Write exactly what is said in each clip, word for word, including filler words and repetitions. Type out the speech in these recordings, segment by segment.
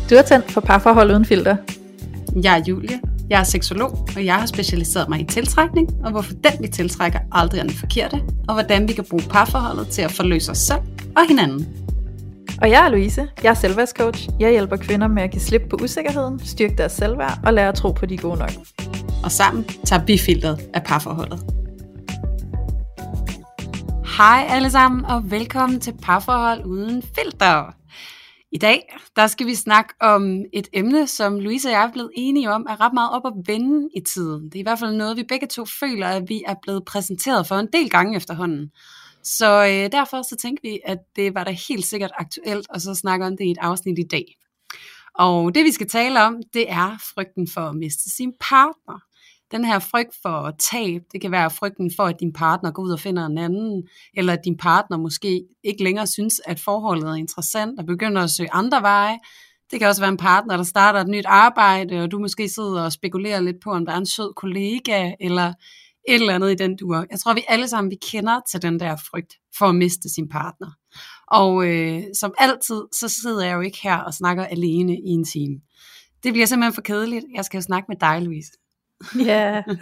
Du er tændt for parforhold uden filter. Jeg er Julie, jeg er seksolog, og jeg har specialiseret mig i tiltrækning, og hvorfor den vi tiltrækker aldrig er den forkerte, og hvordan vi kan bruge parforholdet til at forløse os selv og hinanden. Og jeg er Louise, jeg er selvværdscoach. Jeg hjælper kvinder med at give slip på usikkerheden, styrke deres selvværd og lære at tro på, de er gode nok. Og sammen tager vi filteret af parforholdet. Hej alle sammen, og velkommen til Parforhold uden filter. I dag, der skal vi snakke om et emne, som Louise og jeg er blevet enige om, er ret meget op at vende i tiden. Det er i hvert fald noget, vi begge to føler, at vi er blevet præsenteret for en del gange efterhånden. Så øh, derfor så tænkte vi, at det var da helt sikkert aktuelt, og så snakke om det i et afsnit i dag. Og det vi skal tale om, det er frygten for at miste sin partner. Den her frygt for tab, det kan være frygten for, at din partner går ud og finder en anden, eller at din partner måske ikke længere synes, at forholdet er interessant og begynder at søge andre veje. Det kan også være en partner, der starter et nyt arbejde, og du måske sidder og spekulerer lidt på, om der er en sød kollega, eller et eller andet i den dur. Jeg tror, vi alle sammen vi kender til den der frygt for at miste sin partner. Og øh, som altid, så sidder jeg jo ikke her og snakker alene i en time. Det bliver simpelthen for kedeligt. Jeg skal jo snakke med dig, Louise. Ja. Yeah.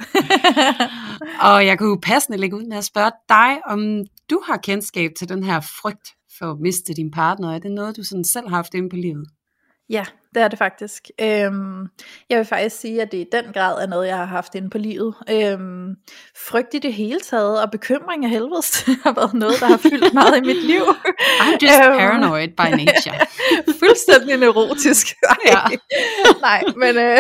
Og jeg kunne jo passende lægge ud med at spørge dig, om du har kendskab til den her frygt for at miste din partner. Er det noget, du sådan selv har haft inde på livet? Ja, det er det faktisk. Øhm, jeg vil faktisk sige, at det i den grad er noget, jeg har haft inde på livet. Øhm, frygt i det hele taget, og bekymring af helvedes, har været noget, der har fyldt meget i mit liv. I'm just øhm, paranoid by nature. Fuldstændig neurotisk. Ja. Nej, men øh,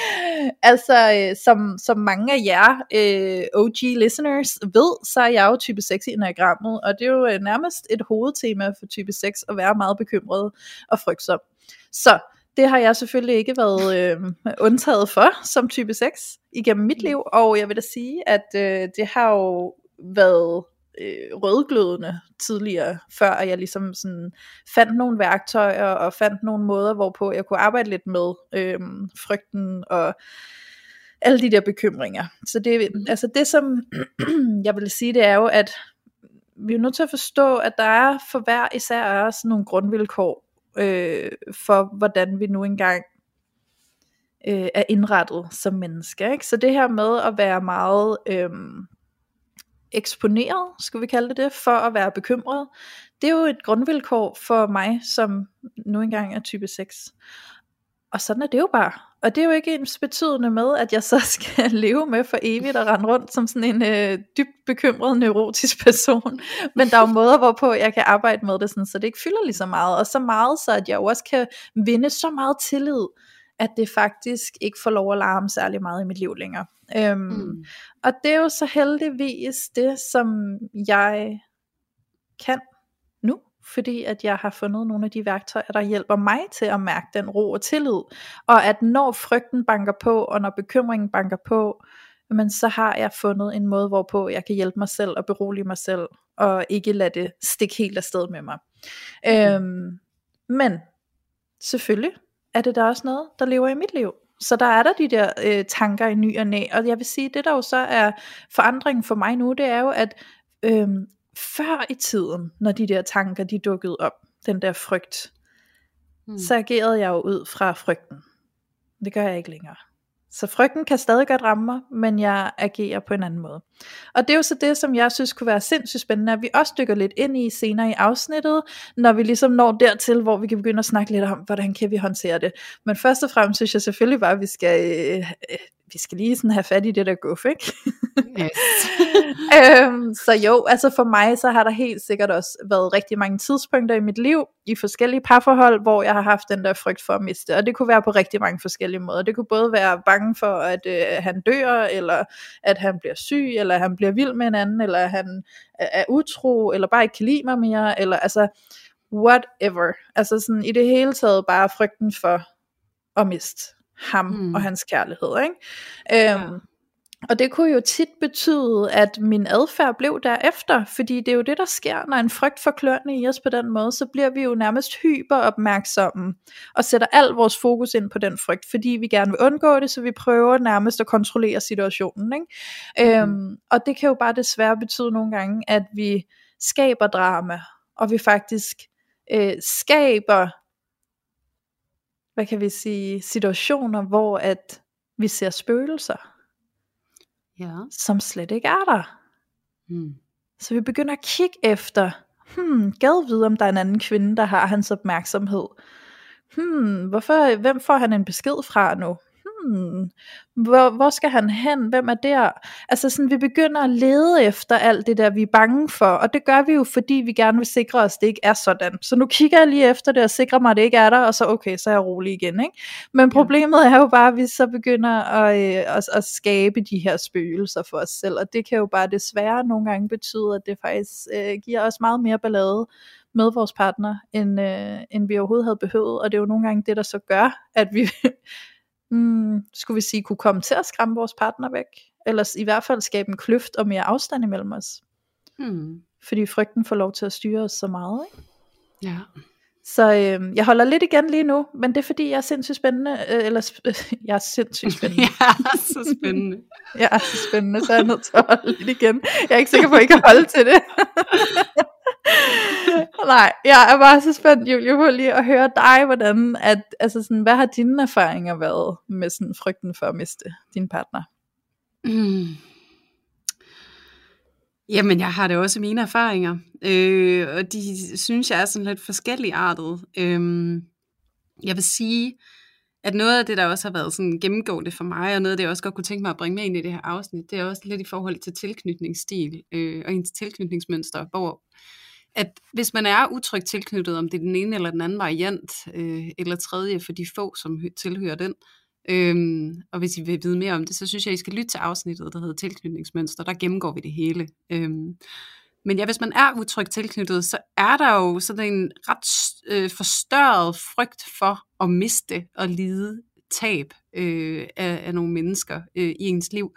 altså, som, som mange af jer øh, O G listeners ved, så er jeg jo type seks i enagrammet, og det er jo øh, nærmest et hovedtema for type seks at være meget bekymret og frygtsom. Så det har jeg selvfølgelig ikke været øh, undtaget for som type seks igennem mit liv, og jeg vil da sige, at øh, det har jo været øh, rødglødende tidligere, før jeg ligesom sådan fandt nogle værktøjer og fandt nogle måder, hvorpå jeg kunne arbejde lidt med øh, frygten og alle de der bekymringer. Så det, altså det som jeg vil sige, det er jo, at vi er nødt til at forstå, at der er for hver især af os nogle grundvilkår, Øh, for hvordan vi nu engang øh, er indrettet som mennesker, ikke? Så det her med at være meget øh, eksponeret, skal vi kalde det det, for at være bekymret, det er jo et grundvilkår for mig, som nu engang er type seks. Og sådan er det jo bare. Og det er jo ikke ens betydende med, at jeg så skal leve med for evigt og rende rundt som sådan en øh, dybt bekymret, neurotisk person. Men der er jo måder, hvorpå jeg kan arbejde med det, sådan, så det ikke fylder lige så meget. Og så meget, så at jeg også kan vinde så meget tillid, at det faktisk ikke får lov at larme særlig meget i mit liv længere. Øhm, mm. Og det er jo så heldigvis det, som jeg kan nu. Fordi at jeg har fundet nogle af de værktøjer, der hjælper mig til at mærke den ro og tillid. Og at når frygten banker på, og når bekymringen banker på, men så har jeg fundet en måde, hvorpå jeg kan hjælpe mig selv og berolige mig selv, og ikke lade det stikke helt afsted med mig. Mm. Øhm, men selvfølgelig er det der også noget, der lever i mit liv. Så der er der de der øh, tanker i ny og næ. Og jeg vil sige, det der jo så er forandringen for mig nu, det er jo, at Øh, før i tiden, når de der tanker, de dukkede op, den der frygt, hmm. så agerede jeg jo ud fra frygten. Det gør jeg ikke længere. Så frygten kan stadig godt ramme mig, men jeg agerer på en anden måde. Og det er jo så det, som jeg synes kunne være sindssygt spændende, at vi også dykker lidt ind i senere i afsnittet, når vi ligesom når dertil, hvor vi kan begynde at snakke lidt om, hvordan kan vi håndtere det. Men først og fremmest synes jeg selvfølgelig bare, at vi skal, øh, vi skal lige sådan have fat i det der guf, ikke? Yes. øhm, så jo, altså for mig, så har der helt sikkert også været rigtig mange tidspunkter i mit liv, i forskellige parforhold, hvor jeg har haft den der frygt for at miste, og det kunne være på rigtig mange forskellige måder. Det kunne både være bange for, at øh, han dør, eller at han bliver syg, eller at han bliver vild med en anden, eller at han er utro, eller bare ikke kan lide mig mere, eller altså whatever. Altså sådan i det hele taget bare frygten for at miste ham mm. og hans kærlighed, ikke? Øhm, ja. Og det kunne jo tit betyde, at min adfærd blev derefter, fordi det er jo det, der sker, når en frygt får kløerne i os på den måde, så bliver vi jo nærmest hyper opmærksomme, og sætter al vores fokus ind på den frygt, fordi vi gerne vil undgå det, så vi prøver nærmest at kontrollere situationen, ikke? Mm. Øhm, og det kan jo bare desværre betyde nogle gange, at vi skaber drama, og vi faktisk øh, skaber hvad kan vi sige, situationer, hvor at vi ser spøgelser, Ja. som slet ikke er der. Mm. Så vi begynder at kigge efter, hmm, gad vide, om der er en anden kvinde, der har hans opmærksomhed. Hmm, hvorfor, hvem får han en besked fra nu? Hmm, hvor, hvor skal han hen? Hvem er der? Altså sådan, vi begynder at lede efter alt det der, vi er bange for, og det gør vi jo, fordi vi gerne vil sikre os, at det ikke er sådan. Så nu kigger jeg lige efter det, og sikrer mig, at det ikke er der, og så okay, så er jeg rolig igen, ikke? Men problemet er jo bare, at vi så begynder at, øh, at, at skabe de her spøgelser for os selv, og det kan jo bare desværre nogle gange betyde, at det faktisk øh, giver os meget mere ballade med vores partner, end, øh, end vi overhovedet havde behøvet, og det er jo nogle gange det, der så gør, at vi mm, skulle vi sige, kunne komme til at skræmme vores partner væk, eller i hvert fald skabe en kløft og mere afstand imellem os, Hmm. fordi frygten får lov til at styre os så meget, ikke? Ja. Så øh, jeg holder lidt igen lige nu, men det er fordi, jeg er sindssygt spændende, øh, eller sp- jeg er sindssygt spændende. Ja, så spændende. Jeg er så spændende, så jeg er nødt til at holde lidt igen. Jeg er ikke sikker på, at I kan holde til det. Nej, jeg er bare så spændt, Julie, på lige at høre dig, hvordan, at, altså sådan, hvad har dine erfaringer været med sådan frygten for at miste din partner? Mm. Jamen, jeg har da også mine erfaringer, øh, og de synes jeg er sådan lidt forskelligartede. Øh, jeg vil sige, at noget af det, der også har været sådan gennemgående for mig, og noget af det, jeg også godt kunne tænke mig at bringe med ind i det her afsnit, det er også lidt i forhold til tilknytningsstil øh, og ens tilknytningsmønster, hvor at hvis man er utrygt tilknyttet, om det er den ene eller den anden variant, øh, eller tredje for de få, som tilhører den, øhm, og hvis I vil vide mere om det, så synes jeg, I skal lytte til afsnittet, der hedder tilknytningsmønster, der gennemgår vi det hele. Øhm, men ja, hvis man er utrygt tilknyttet, så er der jo sådan en ret øh, forstørret frygt for at miste og lide tab øh, af, af nogle mennesker øh, i ens liv.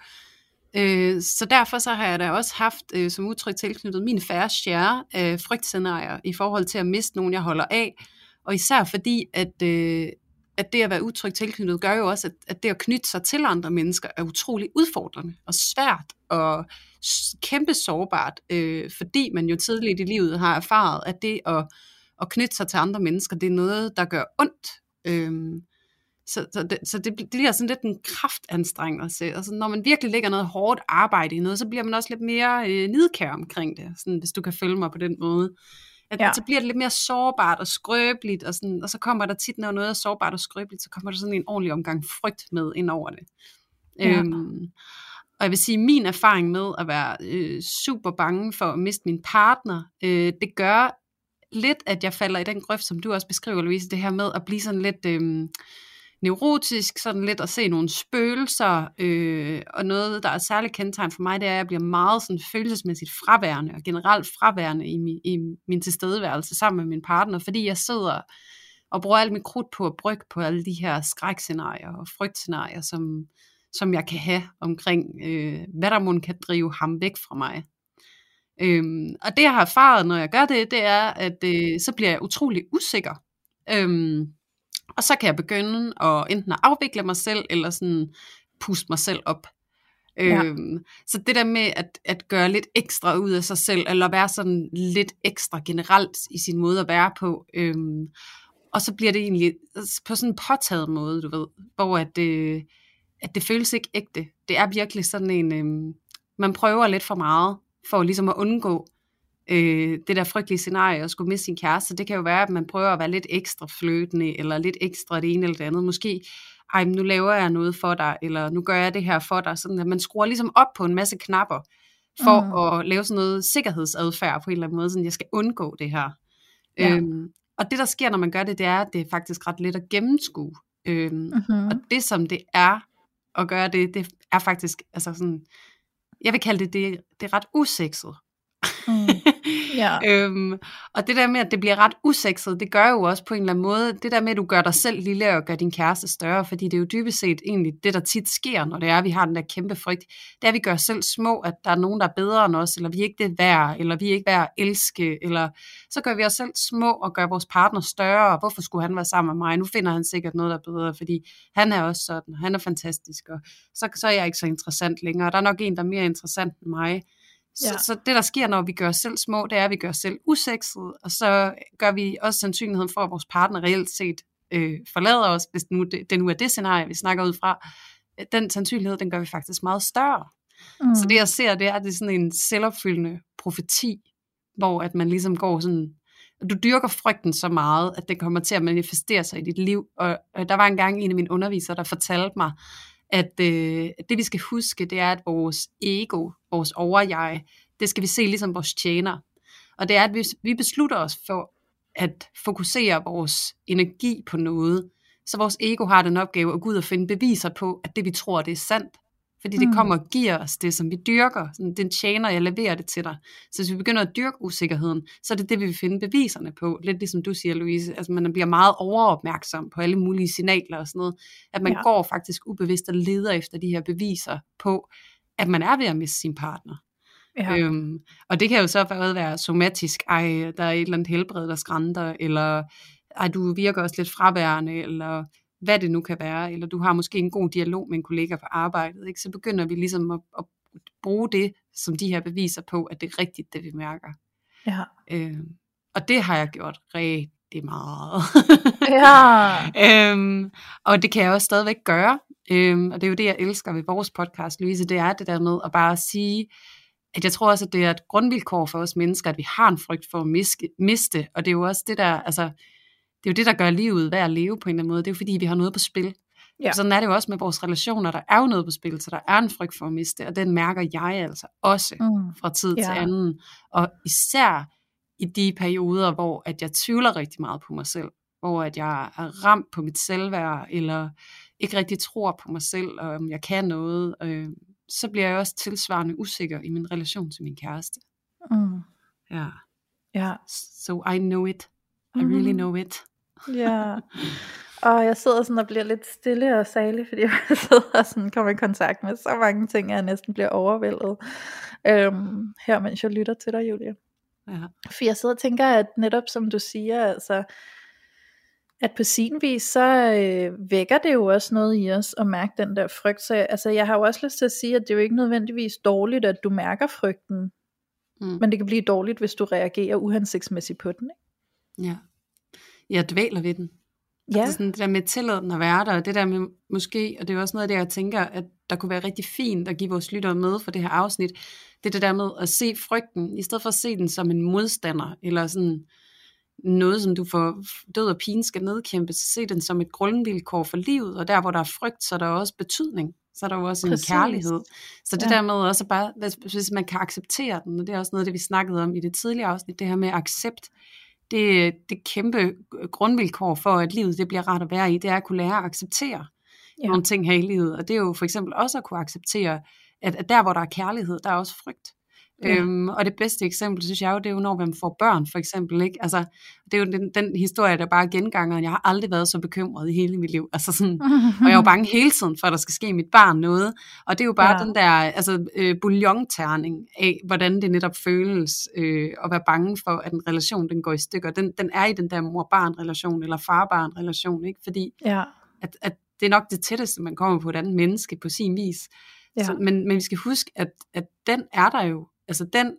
Øh, så derfor så har jeg da også haft øh, som utrygt tilknyttet min fair share af frygtscenarier i forhold til at miste nogen, jeg holder af, og især fordi, at, øh, at det at være utrygt tilknyttet gør jo også, at, at det at knytte sig til andre mennesker er utrolig udfordrende og svært og kæmpe sårbart, øh, fordi man jo tidligt i livet har erfaret, at det at, at knytte sig til andre mennesker, det er noget, der gør ondt. Øh, Så, så, det, så det bliver sådan lidt en kraftanstrengelse. Altså, når man virkelig lægger noget hårdt arbejde i noget, så bliver man også lidt mere øh, nidkær omkring det, sådan, hvis du kan følge mig på den måde. At, ja. Så bliver det lidt mere sårbart og skrøbeligt, og, sådan, og så kommer der tit, når noget er sårbart og skrøbeligt, så kommer der sådan en ordentlig omgang frygt med ind over det. Ja. Øhm, og jeg vil sige, min erfaring med at være øh, super bange for at miste min partner, øh, det gør lidt, at jeg falder i den grøft, som du også beskriver, Louise, det her med at blive sådan lidt Øh, neurotisk, sådan lidt at se nogle spøgelser, øh, og noget, der er særligt kendetegn for mig, det er, at jeg bliver meget sådan følelsesmæssigt fraværende, og generelt fraværende i min, i min tilstedeværelse sammen med min partner, fordi jeg sidder og bruger alt mit krudt på at brygge på alle de her skrækscenarier og frygtscenarier, som, som jeg kan have omkring, øh, hvad der må kan drive ham væk fra mig. Øhm, og det, jeg har erfaret, når jeg gør det, det er, at øh, så bliver jeg utrolig usikker. Øhm, Og så kan jeg begynde at enten at afvikle mig selv, eller sådan puste mig selv op. Ja. Øhm, så det der med at, at gøre lidt ekstra ud af sig selv, eller være sådan lidt ekstra generelt i sin måde at være på. Øhm, og så bliver det egentlig på sådan en påtaget måde, du ved, hvor at, øh, at det føles ikke ægte. Det er virkelig sådan en, øh, man prøver lidt for meget, for ligesom at undgå Øh, det der frygtelige scenarie at skulle miste sin kæreste. Det kan jo være, at man prøver at være lidt ekstra fløtende, eller lidt ekstra det ene eller det andet. Måske, ej, nu laver jeg noget for dig, eller nu gør jeg det her for dig. Sådan at man skruer ligesom op på en masse knapper, for mm. at lave sådan noget sikkerhedsadfærd på en eller anden måde, sådan jeg skal undgå det her. Ja. Øhm, og det der sker, når man gør det, det er, at det er faktisk ret let at gennemskue. Øhm, mm-hmm. Og det som det er at gøre det, det er faktisk, altså sådan, jeg vil kalde det, det, det er ret usekset. Mm. Yeah. øhm, og det der med, at det bliver ret usekset, det gør jo også på en eller anden måde, det der med, at du gør dig selv lille og gør din kæreste større, fordi det er jo dybest set egentlig det, der tit sker, når det er, at vi har den der kæmpe frygt, det er, at vi gør os selv små, at der er nogen, der er bedre end os, eller vi er ikke det værd, eller vi er ikke værd at elske, eller så gør vi os selv små og gør vores partner større, og hvorfor skulle han være sammen med mig? Nu finder han sikkert noget, der er bedre, fordi han er også sådan, han er fantastisk, og så, så er jeg ikke så interessant længere, der er nok en, der er mere interessant end mig. Så, ja. så det der sker, når vi gør os selv små, det er, at vi gør os selv usekset, og så gør vi også sandsynligheden for, at vores partner reelt set øh, forlader os, hvis nu det, det nu er det scenarie, vi snakker ud fra, den sandsynlighed, den gør vi faktisk meget større. Mm. Så det jeg ser, det er, at det er sådan en selvopfyldende profeti, hvor at man ligesom går sådan, du dyrker frygten så meget, at det kommer til at manifestere sig i dit liv. Og, og der var engang en af mine undervisere, der fortalte mig, at øh, det vi skal huske, det er, at vores ego, vores overjeg, det skal vi se ligesom vores tjener. Og det er, at hvis vi beslutter os for at fokusere vores energi på noget, så vores ego har den opgave at gå ud og finde beviser på, at det vi tror, det er sandt. Fordi det kommer og giver os det, som vi dyrker. Sådan, den tjener, jeg leverer det til dig. Så hvis vi begynder at dyrke usikkerheden, så er det det, vi vil finde beviserne på. Lidt ligesom du siger, Louise. Altså man bliver meget overopmærksom på alle mulige signaler og sådan noget. At man ja. går faktisk ubevidst og leder efter de her beviser på, at man er ved at miste sin partner. Ja. Øhm, og det kan jo så både være somatisk. Ej, der er et eller andet helbred, der skranter. Eller ej, du virker også lidt fraværende. Eller hvad det nu kan være, eller du har måske en god dialog med en kollega på arbejdet, ikke? Så begynder vi ligesom at, at bruge det som de her beviser på, at det er rigtigt, det vi mærker. Ja. Øhm, og det har jeg gjort rigtig meget. Ja. øhm, og det kan jeg også stadigvæk gøre, øhm, og det er jo det, jeg elsker ved vores podcast, Louise, det er det der med at bare sige, at jeg tror også, at det er et grundvilkår for os mennesker, at vi har en frygt for at miske, miste, og det er jo også det der, altså det er jo det, der gør livet værd at leve på en eller anden måde. Det er jo fordi, vi har noget på spil. Ja. Og sådan er det jo også med vores relationer. Der er jo noget på spil, så der er en frygt for at miste. Og den mærker jeg altså også mm. fra tid ja. til anden. Og især i de perioder, hvor at jeg tvivler rigtig meget på mig selv. Hvor at jeg er ramt på mit selvværd, eller ikke rigtig tror på mig selv, og om jeg kan noget. Øh, så bliver jeg også tilsvarende usikker i min relation til min kæreste. Mm. Ja. ja. So I know it. I really know it. Ja, og jeg sidder sådan og bliver lidt stille og salig, fordi jeg sidder og sådan kommer i kontakt med så mange ting, at jeg næsten bliver overvældet øhm, her, mens jeg lytter til dig, Julie. Ja. For jeg sidder og tænker, at netop som du siger, altså, at på sin vis, så øh, vækker det jo også noget i os at mærke den der frygt. Så altså, jeg har jo også lyst til at sige, at det er jo ikke nødvendigvis dårligt, at du mærker frygten, mm. men det kan blive dårligt, hvis du reagerer uhensigtsmæssigt på den, ikke? Ja. Jeg dvæler ved den. Ja. Altså sådan det der med at tillade den at være der, og det der med måske, og det er også noget af det, jeg tænker, at der kunne være rigtig fint at give vores lyttere med for det her afsnit, det er det der med at se frygten, i stedet for at se den som en modstander, eller sådan noget, som du for død og pine skal nedkæmpe, så se den som et grundvilkår for livet, og der hvor der er frygt, så er der også betydning, så er der jo også Præcis. en kærlighed. Så det ja. der med også bare, hvis, hvis man kan acceptere den, og det er også noget af det, vi snakkede om i det tidligere afsnit, det her med accept, det, det kæmpe grundvilkår for, at livet det bliver rart at være i, det er at kunne lære at acceptere ja. nogle ting her i livet. Og det er jo for eksempel også at kunne acceptere, at, at der hvor der er kærlighed, der er også frygt. Ja. Øhm, og det bedste eksempel, synes jeg jo, det er jo, når man får børn, for eksempel. Ikke? Altså, det er jo den, den historie, der bare genganger, jeg har aldrig været så bekymret i hele mit liv. Altså sådan, og jeg er jo bange hele tiden for, at der skal ske mit barn noget. Og det er jo bare ja. den der altså, øh, bouillonterning af, hvordan det netop føles øh, at være bange for, at en relation den går i stykker. Den, den er i den der mor-barn-relation, eller far-barn-relation, ikke? Fordi ja. at, at det er nok det tætteste, man kommer på et andet menneske på sin vis. Ja. Så, men, men vi skal huske, at, at den er der jo. Altså den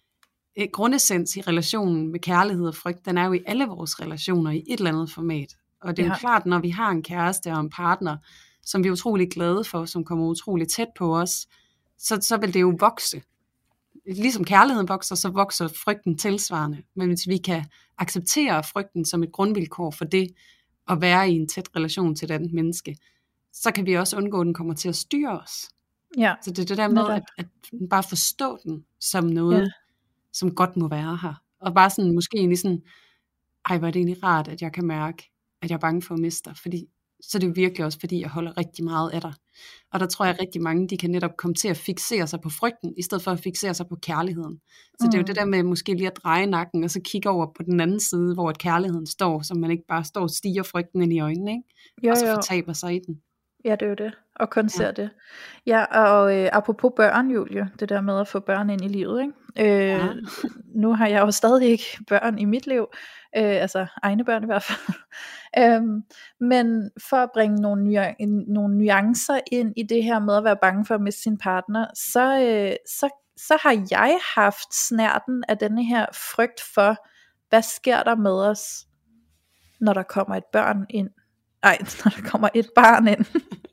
eh, grundessens i relationen med kærlighed og frygt, den er jo i alle vores relationer i et eller andet format. Og det er ja. jo klart, når vi har en kæreste og en partner, som vi er utrolig glade for, som kommer utrolig tæt på os, så, så vil det jo vokse. Ligesom kærligheden vokser, så vokser frygten tilsvarende. Men hvis vi kan acceptere frygten som et grundvilkår for det, at være i en tæt relation til et andet menneske, så kan vi også undgå, at den kommer til at styre os. Ja. Så det er det der med at, at bare forstå den som noget, ja. som godt må være her. Og bare sådan, måske egentlig sådan, ej, hvor er det egentlig rart, at jeg kan mærke, at jeg er bange for at miste dig. Fordi, så er det jo virkelig også, fordi jeg holder rigtig meget af dig. Og der tror jeg, at rigtig mange, de kan netop komme til at fixere sig på frygten, i stedet for at fixere sig på kærligheden. Så mm. det er jo det der med måske lige at dreje nakken, og så kigge over på den anden side, hvor at kærligheden står, så man ikke bare står og stiger frygten ind i øjnene, ikke? Jo, og så fortaber sig i den. Ja, det er jo det. Og kun ser ja. det. Ja, og øh, apropos børn, Julie, det der med at få børn ind i livet, ikke? Øh, ja. Nu har jeg jo stadig ikke børn i mit liv, øh, altså egne børn i hvert fald. øhm, men for at bringe nogle, nuan- nogle nuancer ind i det her med at være bange for at miste sin partner, så, øh, så, så har jeg haft snærten af denne her frygt for, hvad sker der med os, når der kommer et børn ind Ej, når der kommer et barn ind.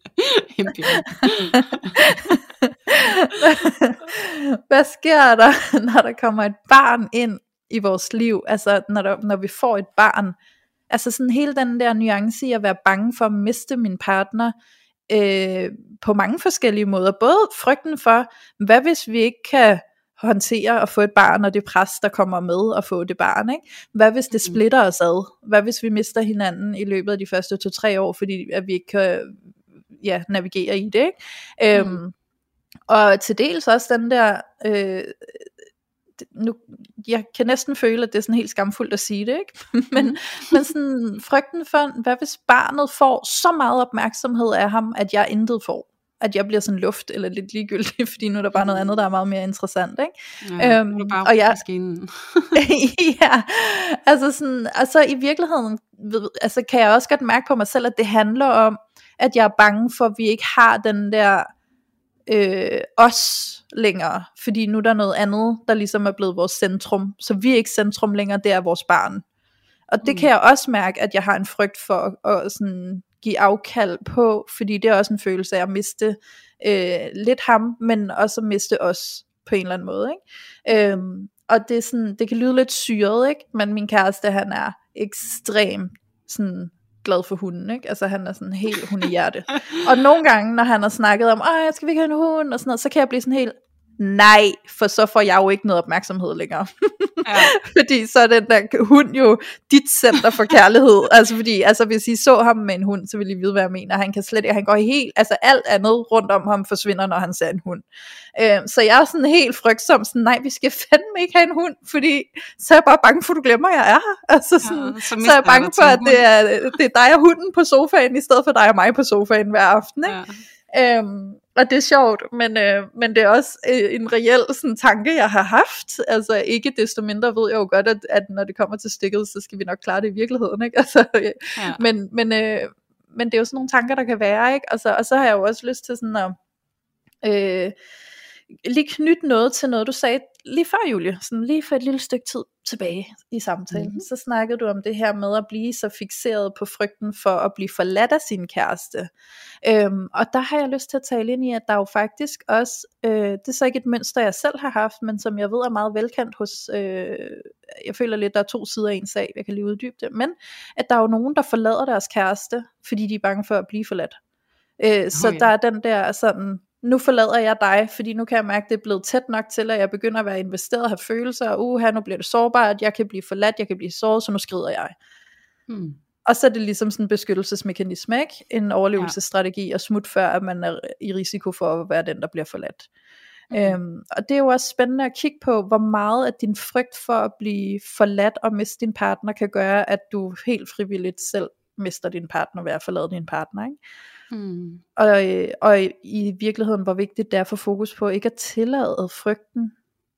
Hvad sker der, når der kommer et barn ind i vores liv? Altså, når, der, når vi får et barn. Altså sådan hele den der nuance i at være bange for at miste min partner, øh, på mange forskellige måder. Både frygten for, hvad hvis vi ikke kan håndtere at få et barn, og det pres, der kommer med at få det barn, ikke? Hvad hvis det splitter os ad? Hvad hvis vi mister hinanden i løbet af de første to-tre år, fordi at vi ikke kan ja, navigere i det, ikke? Mm. Øhm, og til dels også den der, øh, nu, jeg kan næsten føle, at det er sådan helt skamfuldt at sige det, ikke? men, mm. men sådan frygten for, hvad hvis barnet får så meget opmærksomhed af ham, at jeg intet får? At jeg bliver sådan luft eller lidt ligegyldig, fordi nu er der bare noget andet, der er meget mere interessant, ikke? Ja, øhm, bare og jeg, ja, altså sådan, altså i virkeligheden, altså kan jeg også godt mærke på mig selv, at det handler om, at jeg er bange for, at vi ikke har den der øh, os længere, fordi nu er der noget andet, der ligesom er blevet vores centrum, så vi er ikke centrum længere, det er vores barn. Og det mm. kan jeg også mærke, at jeg har en frygt for at, at sådan give afkald på, fordi det er også en følelse af at miste øh, lidt ham, men også at miste os på en eller anden måde, ikke? Øhm, og det er sådan, det kan lyde lidt syret, ikke? Men min kæreste, han er ekstremt sådan glad for hunden, ikke? Altså han er sådan helt hundehjerte. Og nogle gange, når han har snakket om, åh, skal vi ikke have en hund, og sådan noget, så kan jeg blive sådan helt, nej, for så får jeg jo ikke noget opmærksomhed længere. Ja. Fordi så er den der hund jo dit center for kærlighed. Altså fordi, altså hvis I så ham med en hund, så ville I vide, hvad jeg mener. Han kan slet ikke, han går helt, altså alt andet rundt om ham forsvinder, når han ser en hund. Øh, så jeg er sådan helt frygtsom, sådan, nej, vi skal fandme ikke have en hund, fordi så er jeg bare bange for, at du glemmer, at jeg er her. Altså sådan, ja, så, så er jeg bange for, at det er, det er dig og hunden på sofaen, i stedet for dig og mig på sofaen hver aften, ikke? Ja. Øhm, og det er sjovt, men, øh, men det er også øh, en reel sådan, tanke, jeg har haft. Altså ikke desto mindre ved jeg jo godt, at, at når det kommer til stykket, så skal vi nok klare det i virkeligheden, ikke? Altså, øh, ja. Men, men, øh, men det er jo sådan nogle tanker, der kan være, ikke? Altså, og så har jeg jo også lyst til sådan at øh, lige knytte noget til noget, du sagde lige før, Julie, sådan lige for et lille stykke tid tilbage i samtalen, mm-hmm. så snakkede du om det her med at blive så fikseret på frygten for at blive forladt af sin kæreste. Øhm, og der har jeg lyst til at tale ind i, at der jo faktisk også, øh, det er så ikke et mønster, jeg selv har haft, men som jeg ved er meget velkendt hos, øh, jeg føler lidt, der er to sider af en sag, jeg kan lige uddybe det, men at der er jo nogen, der forlader deres kæreste, fordi de er bange for at blive forladt. Øh, oh, så ja. Der er den der sådan, nu forlader jeg dig, fordi nu kan jeg mærke, at det er blevet tæt nok til, at jeg begynder at være investeret og have følelser, og uh, her nu bliver det sårbart, jeg kan blive forladt, jeg kan blive såret, så nu skrider jeg. Hmm. Og så er det ligesom sådan en beskyttelsesmekanisme, ikke? En overlevelsesstrategi, og smut før, at man er i risiko for at være den, der bliver forladt. Hmm. Øhm, og det er jo også spændende at kigge på, hvor meget af din frygt for at blive forladt og miste din partner, kan gøre, at du helt frivilligt selv mister din partner ved at forlade din partner, ikke? Hmm. Og, og i virkeligheden hvor vigtigt det er at få fokus på ikke at tillade frygten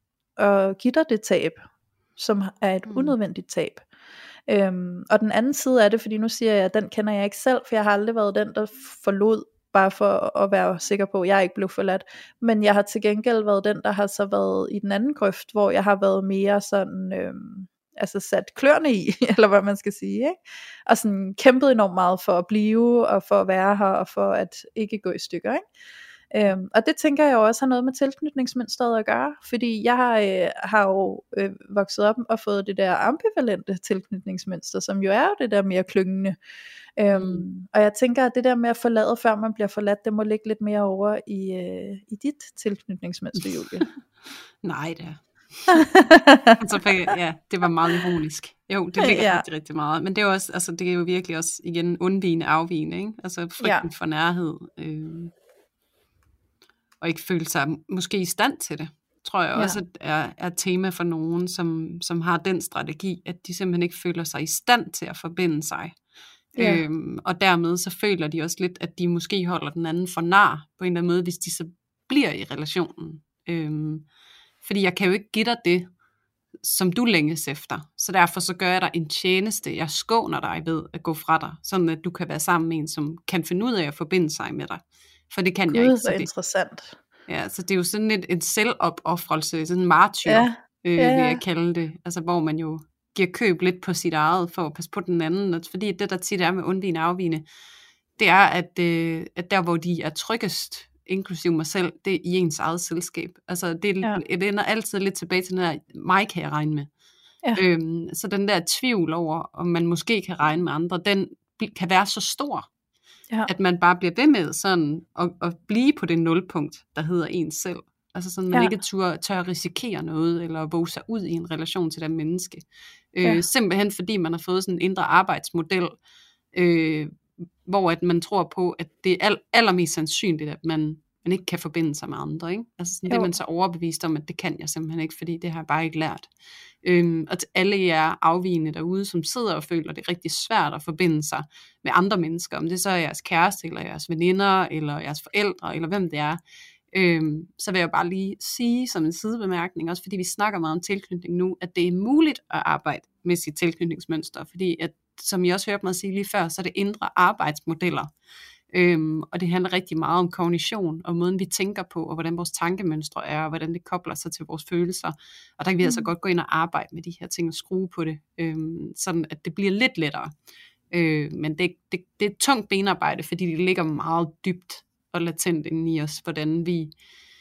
og give dig det tab, som er et hmm. unødvendigt tab. øhm, og den anden side af det, fordi nu siger jeg, at den kender jeg ikke selv, for jeg har aldrig været den, der forlod, bare for at være sikker på, at jeg ikke blev forladt, men jeg har til gengæld været den, der har så været i den anden grøft, hvor jeg har været mere sådan øhm, altså sat kløerne i, eller hvad man skal sige, ikke? Og sådan kæmpet enormt meget for at blive, og for at være her, og for at ikke gå i stykker, ikke? Øhm, og det tænker jeg jo også har noget med tilknytningsmønstret at gøre, fordi jeg har, øh, har jo øh, vokset op og fået det der ambivalente tilknytningsmønster, som jo er jo det der mere klyngende. Øhm, mm. Og jeg tænker, at det der med at forlade, før man bliver forladt, det må ligge lidt mere over i, øh, i dit tilknytningsmønster, Julie. Nej, det er altså, ja, det var meget ironisk. Jo, det ligger ja. rigtig, rigtig meget. Men det er jo også, altså, det er jo virkelig også igen undvigende, afvigende, ikke? Altså frygten ja. for nærhed, øh, og ikke føle sig måske i stand til det, tror jeg ja. også er, er et tema for nogen, som, som har den strategi, at de simpelthen ikke føler sig i stand til at forbinde sig. Ja. Øhm, og dermed så føler de også lidt, at de måske holder den anden for nar, på en eller anden måde, hvis de så bliver i relationen. Øhm, Fordi jeg kan jo ikke give dig det, som du længes efter. Så derfor så gør jeg dig en tjeneste. Jeg skåner dig ved at gå fra dig, sådan at du kan være sammen med en, som kan finde ud af at forbinde sig med dig. For det kan Gud, jeg ikke. Så det er interessant. Ja, så det er jo sådan et, et selvopoffrelse, sådan en martyr, ja. øh, ja, ja. vil jeg kalde det. Altså hvor man jo giver køb lidt på sit eget, for at passe på den anden, og fordi det, der tit er med undvigende og afvigende, det er, at, øh, at der, hvor de er tryggest, inklusive mig selv, det er i ens eget selskab. Altså, det, ja. det ender altid lidt tilbage til den her, mig kan jeg regne med. Ja. Øhm, så den der tvivl over, om man måske kan regne med andre, den kan være så stor, ja. At man bare bliver ved med sådan, at, at blive på det nulpunkt, der hedder ens selv. Altså sådan, man ja. Ikke tør, tør risikere noget, eller våge sig ud i en relation til det menneske. Øh, ja. Simpelthen fordi man har fået sådan en indre arbejdsmodel, øh, hvor at man tror på, at det er all, allermest sandsynligt, at man, man ikke kan forbinde sig med andre. Ikke? Altså sådan, det er man så overbevist om, at det kan jeg simpelthen ikke, fordi det har jeg bare ikke lært. Øhm, og til alle jer afvigende derude, som sidder og føler, det er rigtig svært at forbinde sig med andre mennesker, om det så er jeres kæreste, eller jeres veninder, eller jeres forældre, eller hvem det er, øhm, så vil jeg bare lige sige som en sidebemærkning, også fordi vi snakker meget om tilknytning nu, at det er muligt at arbejde med sit tilknytningsmønster, fordi at, som I også hørte mig sige lige før, så er det indre arbejdsmodeller. Øhm, og det handler rigtig meget om kognition, og måden vi tænker på, og hvordan vores tankemønstre er, og hvordan det kobler sig til vores følelser. Og der kan vi mm. altså godt gå ind og arbejde med de her ting og skrue på det, øhm, sådan at det bliver lidt lettere. Øh, men det, det, det er et tungt benarbejde, fordi det ligger meget dybt og latent inde i os, hvordan vi,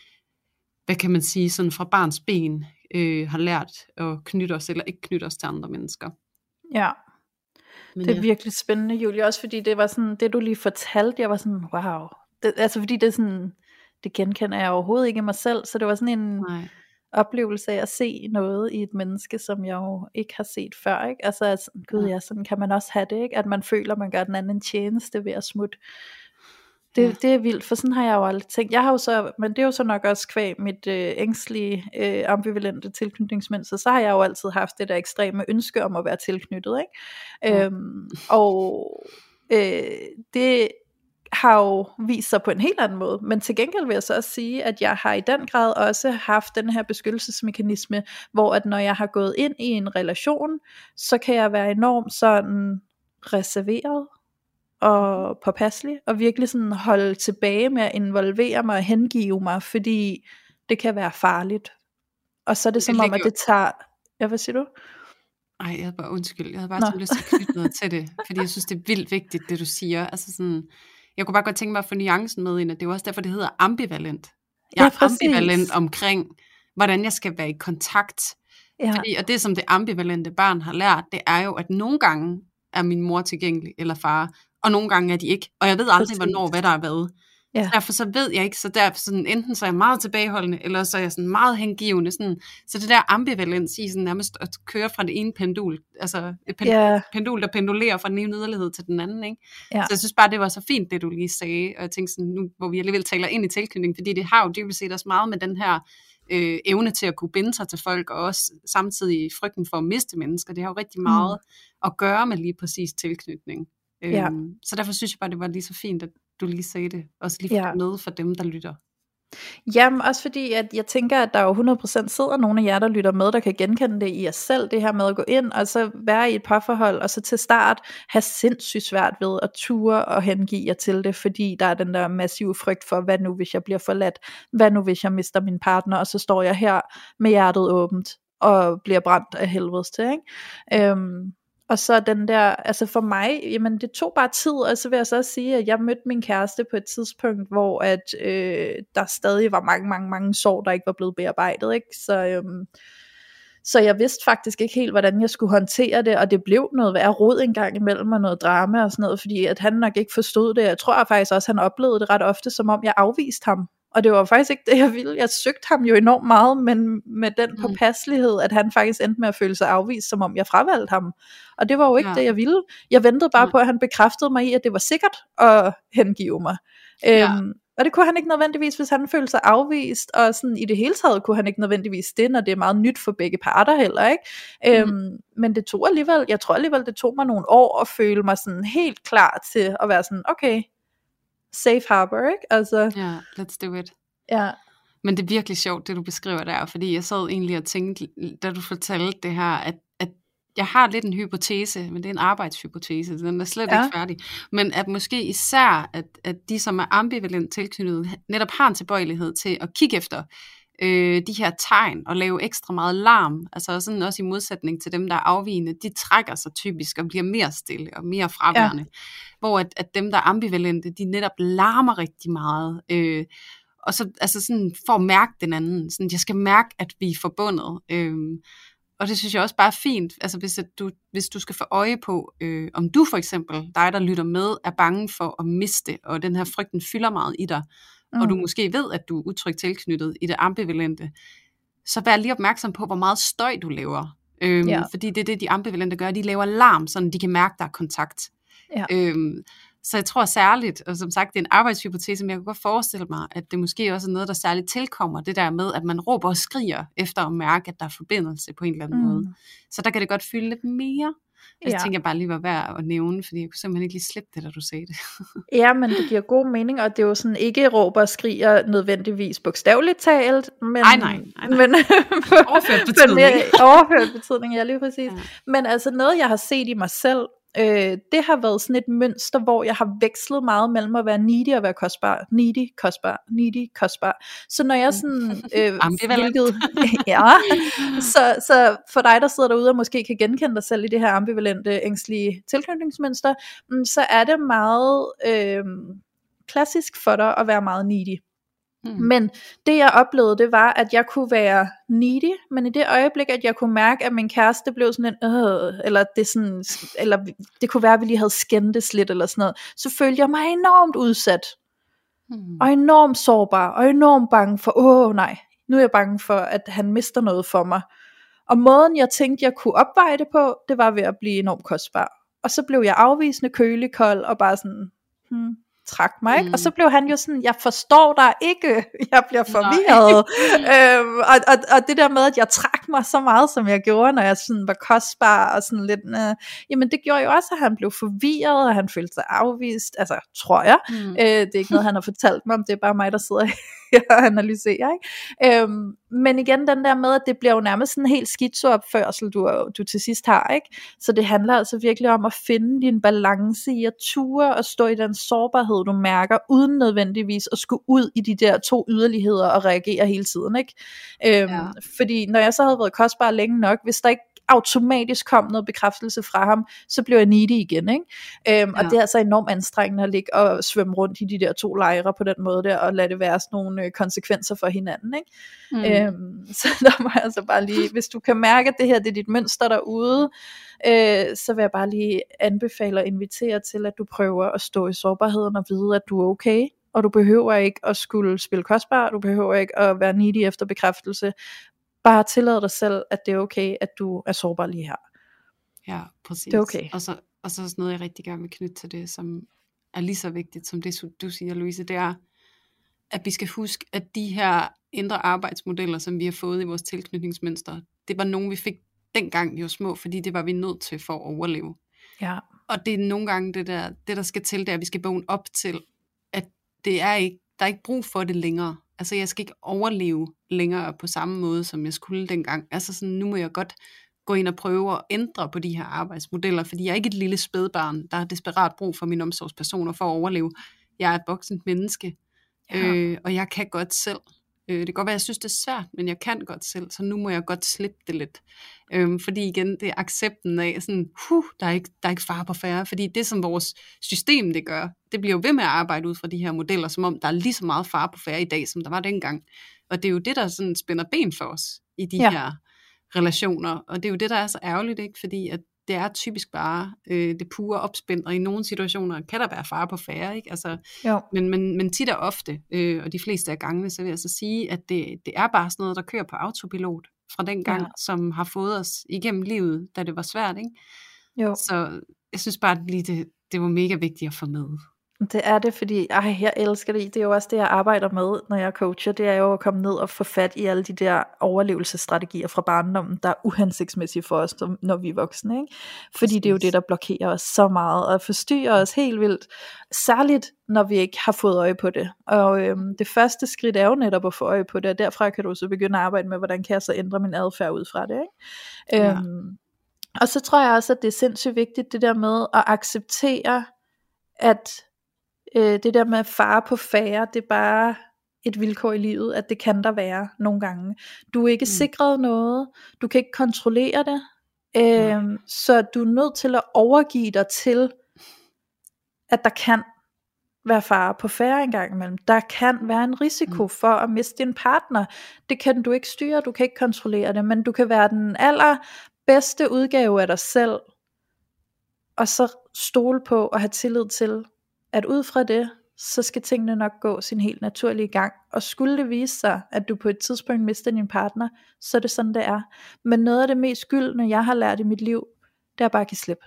hvad kan man sige, sådan fra barns ben øh, har lært at knytte os eller ikke knytte os til andre mennesker. Ja. Men det er ja. virkelig spændende, Julie, også fordi det var sådan, det du lige fortalte, jeg var sådan, wow, det, altså fordi det er sådan, det genkender jeg overhovedet ikke i mig selv, så det var sådan en Nej. Oplevelse af at se noget i et menneske, som jeg jo ikke har set før, ikke? Altså, altså gud ja, sådan kan man også have det, ikke? At man føler, man gør den anden en tjeneste ved at smutte. Det, ja. Det er vildt, for sådan har jeg jo aldrig tænkt. Jeg har jo så, men det er jo så nok også kvæg mit øh, ængstlige, øh, ambivalente tilknytningsmønster, så har jeg jo altid haft det der ekstreme ønske om at være tilknyttet, ikke? Ja. Øhm, og øh, det har jo vist sig på en helt anden måde, men til gengæld vil jeg så også sige, at jeg har i den grad også haft den her beskyttelsesmekanisme, hvor at når jeg har gået ind i en relation, så kan jeg være enormt sådan reserveret, og påpasselig, og virkelig sådan holde tilbage med at involvere mig og hengive mig, fordi det kan være farligt. Og så er det, det som om, at det tager... Ja, hvad siger du? Ej, jeg havde bare undskyld. Jeg havde bare sådan lyst til at knytte noget til det, fordi jeg synes, det er vildt vigtigt, det du siger. Altså sådan, jeg kunne bare godt tænke mig at få nuancen med ind, at det er også derfor, det hedder ambivalent. Jeg er ja, ambivalent omkring, hvordan jeg skal være i kontakt. Ja. Fordi, og det, som det ambivalente barn har lært, det er jo, at nogle gange er min mor tilgængelig, eller far, og nogle gange er de ikke, og jeg ved aldrig, Præcis. Hvornår, hvad der er hvad. Ja. Så derfor så ved jeg ikke, så derfor sådan, enten så er jeg meget tilbageholdende, eller så er jeg sådan meget hengivende, sådan, så det der ambivalens i sådan nærmest at køre fra det ene pendul, altså et pendul, yeah. pendul, der pendulerer fra den ene yderlighed til den anden, ikke? Ja. Så jeg synes bare, det var så fint, det du lige sagde, og jeg tænkte sådan, nu hvor vi alligevel taler ind i tilknytning, fordi det har jo dybest set også meget med den her øh, evne til at kunne binde sig til folk, og også samtidig frygten for at miste mennesker, det har jo rigtig meget mm. at gøre med lige præcis tilknytning. Ja. Øhm, så derfor synes jeg bare, det var lige så fint, at du lige sagde det, også lige ja. Med for dem, der lytter. Jamen også fordi, at jeg tænker, at der jo hundrede procent sidder nogle af jer, der lytter med, der kan genkende det i jer selv, det her med at gå ind, og så være i et parforhold, og så til start have sindssygt svært ved at ture og hengive jer til det, fordi der er den der massive frygt for, hvad nu hvis jeg bliver forladt, hvad nu hvis jeg mister min partner, og så står jeg her med hjertet åbent, og bliver brændt af helvedes til, ikke? Øhm, Og så den der, altså for mig, jamen det tog bare tid, og så vil jeg så også sige, at jeg mødte min kæreste på et tidspunkt, hvor at øh, der stadig var mange, mange, mange sår, der ikke var blevet bearbejdet, ikke? Så, øhm, så jeg vidste faktisk ikke helt, hvordan jeg skulle håndtere det, og det blev noget værre rod en gang imellem, og noget drama og sådan noget, fordi at han nok ikke forstod det. Jeg tror faktisk også, at han oplevede det ret ofte, som om jeg afviste ham. Og det var faktisk ikke det, jeg ville. Jeg søgte ham jo enormt meget, men med den påpasselighed, at han faktisk endte med at føle sig afvist, som om jeg fravalgte ham. Og det var jo ikke ja. Det, jeg ville. Jeg ventede bare ja. På, at han bekræftede mig i, at det var sikkert at hengive mig. Ja. Øhm, og det kunne han ikke nødvendigvis, hvis han følte sig afvist, og sådan i det hele taget kunne han ikke nødvendigvis det, når det er meget nyt for begge parter heller, ikke? Mm. Øhm, men det tog alligevel, jeg tror alligevel, det tog mig nogle år at føle mig sådan helt klar til at være sådan, okay, safe harbor, ikke? Altså, ja, yeah, let's do it. Ja. Men det er virkelig sjovt, det du beskriver der, fordi jeg sad egentlig og tænkte, da du fortalte det her, at, at jeg har lidt en hypotese, men det er en arbejdshypotese, den er slet ja. Ikke færdig, men at måske især, at, at de, som er ambivalent tilknyttet, netop har en tilbøjelighed til at kigge efter øh, de her tegn og lave ekstra meget larm, altså sådan også i modsætning til dem, der er afvigende, de trækker sig typisk og bliver mere stille og mere fraværende. Ja. Hvor at, at dem, der er ambivalente, de netop larmer rigtig meget. Øh, og så altså sådan for at mærke den anden. Sådan, jeg skal mærke, at vi er forbundet. Øh, og det synes jeg også bare er fint, altså hvis, at du, hvis du skal få øje på, øh, om du for eksempel, dig der lytter med, er bange for at miste, og den her frygten fylder meget i dig, mm. og du måske ved, at du er utrygt tilknyttet i det ambivalente, så vær lige opmærksom på, hvor meget støj du laver. Øhm, ja. Fordi det er det, de ambivalente gør, de laver larm, så de kan mærke, der er kontakt. Ja. Øhm, så jeg tror særligt, og som sagt, det er en arbejdshypotese, men jeg kan godt forestille mig, at det måske også er noget, der særligt tilkommer, det der med, at man råber og skriger efter at mærke, at der er forbindelse på en eller anden mm. måde. Så der kan det godt fylde lidt mere. Jeg ja. tænker bare lige var værd at nævne, fordi jeg kunne simpelthen ikke lige slippe det, da du sagde det. Ja, men det giver god mening, og det er jo sådan ikke råber og skriger nødvendigvis bogstaveligt talt, men nej, nej, nej, nej. Men, overført betydning. Men, overført betydning, ja lige præcis. Ja. Men altså noget, jeg har set i mig selv, Øh, det har været sådan et mønster, hvor jeg har vekslet meget mellem at være needy og være kostbar. Needy, kostbar, needy, kostbar. Så når jeg sådan øh, hvilket, ja, så, så for dig der sidder derude og måske kan genkende dig selv i det her ambivalente, ængstlige tilknytningsmønster, så er det meget øh, klassisk for dig at være meget needy. Mm. Men det jeg oplevede, det var, at jeg kunne være needy, men i det øjeblik, at jeg kunne mærke, at min kæreste blev sådan en, øh, eller, det sådan, eller det kunne være, at vi lige havde skændtes lidt, eller sådan noget, så følte jeg mig enormt udsat, mm. og enormt sårbar, og enormt bange for, åh nej, nu er jeg bange for, at han mister noget for mig. Og måden, jeg tænkte, jeg kunne opveje det på, det var ved at blive enormt kostbar. Og så blev jeg afvisende, kølig, kold, og bare sådan, hmm, trak mig, ikke? Mm. Og så blev han jo sådan, jeg forstår dig ikke, jeg bliver forvirret. øhm, og, og, og det der med, at jeg trak mig så meget, som jeg gjorde, når jeg sådan var kostbar, og sådan lidt, øh, jamen det gjorde jo også, at han blev forvirret, og han følte sig afvist, altså tror jeg. Mm. Øh, det er ikke noget, han har fortalt mig om, det er bare mig, der sidder og analyserer, ikke? Øhm, men igen, den der med, at det bliver jo nærmest sådan en helt skizoopførsel, du, du til sidst har, ikke? Så det handler altså virkelig om at finde din balance i at ture og stå i den sårbarhed, du mærker, uden nødvendigvis at skulle ud i de der to yderligheder og reagere hele tiden, ikke? Øhm, ja. Fordi når jeg så havde været kostbar længe nok, hvis der ikke automatisk kom noget bekræftelse fra ham, så blev jeg needy igen, ikke? Øhm, ja. Og det er altså enormt anstrengende at ligge og svømme rundt i de der to lejre på den måde der, og lade det være sådan nogle øh, konsekvenser for hinanden, ikke? Mm. Øhm, så der må jeg altså bare lige, hvis du kan mærke, at det her det er dit mønster derude, øh, så vil jeg bare lige anbefale og invitere til, at du prøver at stå i sårbarheden og vide, at du er okay, og du behøver ikke at skulle spille kostbar, du behøver ikke at være needy efter bekræftelse. Bare tillade dig selv, at det er okay, at du er sårbar lige her. Ja, præcis. Det er okay. Og så, og så noget, jeg rigtig gerne vil knytte til det, som er lige så vigtigt, som det du siger, Louise, det er, at vi skal huske, at de her indre arbejdsmodeller, som vi har fået i vores tilknytningsmønster, det var nogle, vi fik dengang vi var små, fordi det var vi nødt til for at overleve. Ja. Og det er nogle gange det der, det der skal til, det er, at vi skal vågne op til, at det er ikke, der er ikke brug for det længere. Altså jeg skal ikke overleve længere på samme måde, som jeg skulle dengang. Altså sådan, nu må jeg godt gå ind og prøve at ændre på de her arbejdsmodeller, fordi jeg er ikke et lille spædbarn, der har desperat brug for mine omsorgspersoner for at overleve. Jeg er et voksent menneske, ja. øh, og jeg kan godt selv. Øh, det kan godt være, at jeg synes, det er svært, men jeg kan godt selv, så nu må jeg godt slippe det lidt. Øh, fordi igen, det er accepten af, sådan, huh, der er ikke, der er ikke fare på færre, fordi det, som vores system det gør, det bliver jo ved med at arbejde ud fra de her modeller, som om der er lige så meget fare på færre i dag, som der var dengang. Og det er jo det, der sådan spænder ben for os i de ja. her relationer, og det er jo det, der er så ærgerligt, ikke? Fordi at det er typisk bare øh, det pure opspænd, og i nogle situationer kan der være fare på færre, ikke? Altså, men, men, men tit og ofte, øh, og de fleste af gangene, så vil jeg så sige, at det, det er bare sådan noget, der kører på autopilot fra den gang, ja. som har fået os igennem livet, da det var svært, ikke? Jo. Så jeg synes bare, at lige det, det var mega vigtigt at få med. Det er det, fordi ej, jeg elsker det. Det er jo også det, jeg arbejder med, når jeg coacher. Det er jo at komme ned og få fat i alle de der overlevelsesstrategier fra barndommen, der er uhensigtsmæssige for os, når vi er voksne, ikke? Fordi det er jo det, der blokerer os så meget og forstyrrer os helt vildt. Særligt, når vi ikke har fået øje på det. Og øhm, det første skridt er jo netop at få øje på det, og derfra kan du så begynde at arbejde med, hvordan kan jeg så ændre min adfærd ud fra det, ikke? Ja. Øhm, og så tror jeg også, at det er sindssygt vigtigt, det der med at acceptere, at Øh, det der med fare på færre, det er bare et vilkår i livet, at det kan der være nogle gange. Du er ikke mm. sikret noget, du kan ikke kontrollere det, øhm, mm. så du er nødt til at overgive dig til, at der kan være fare på færre en gang imellem. Der kan være en risiko mm. for at miste din partner. Det kan du ikke styre, du kan ikke kontrollere det, men du kan være den allerbedste udgave af dig selv, og så stole på og have tillid til, at ud fra det, så skal tingene nok gå sin helt naturlige gang. Og skulle det vise sig, at du på et tidspunkt mister din partner, så er det sådan, det er. Men noget af det mest gyldne, jeg har lært i mit liv, det er bare at give slip.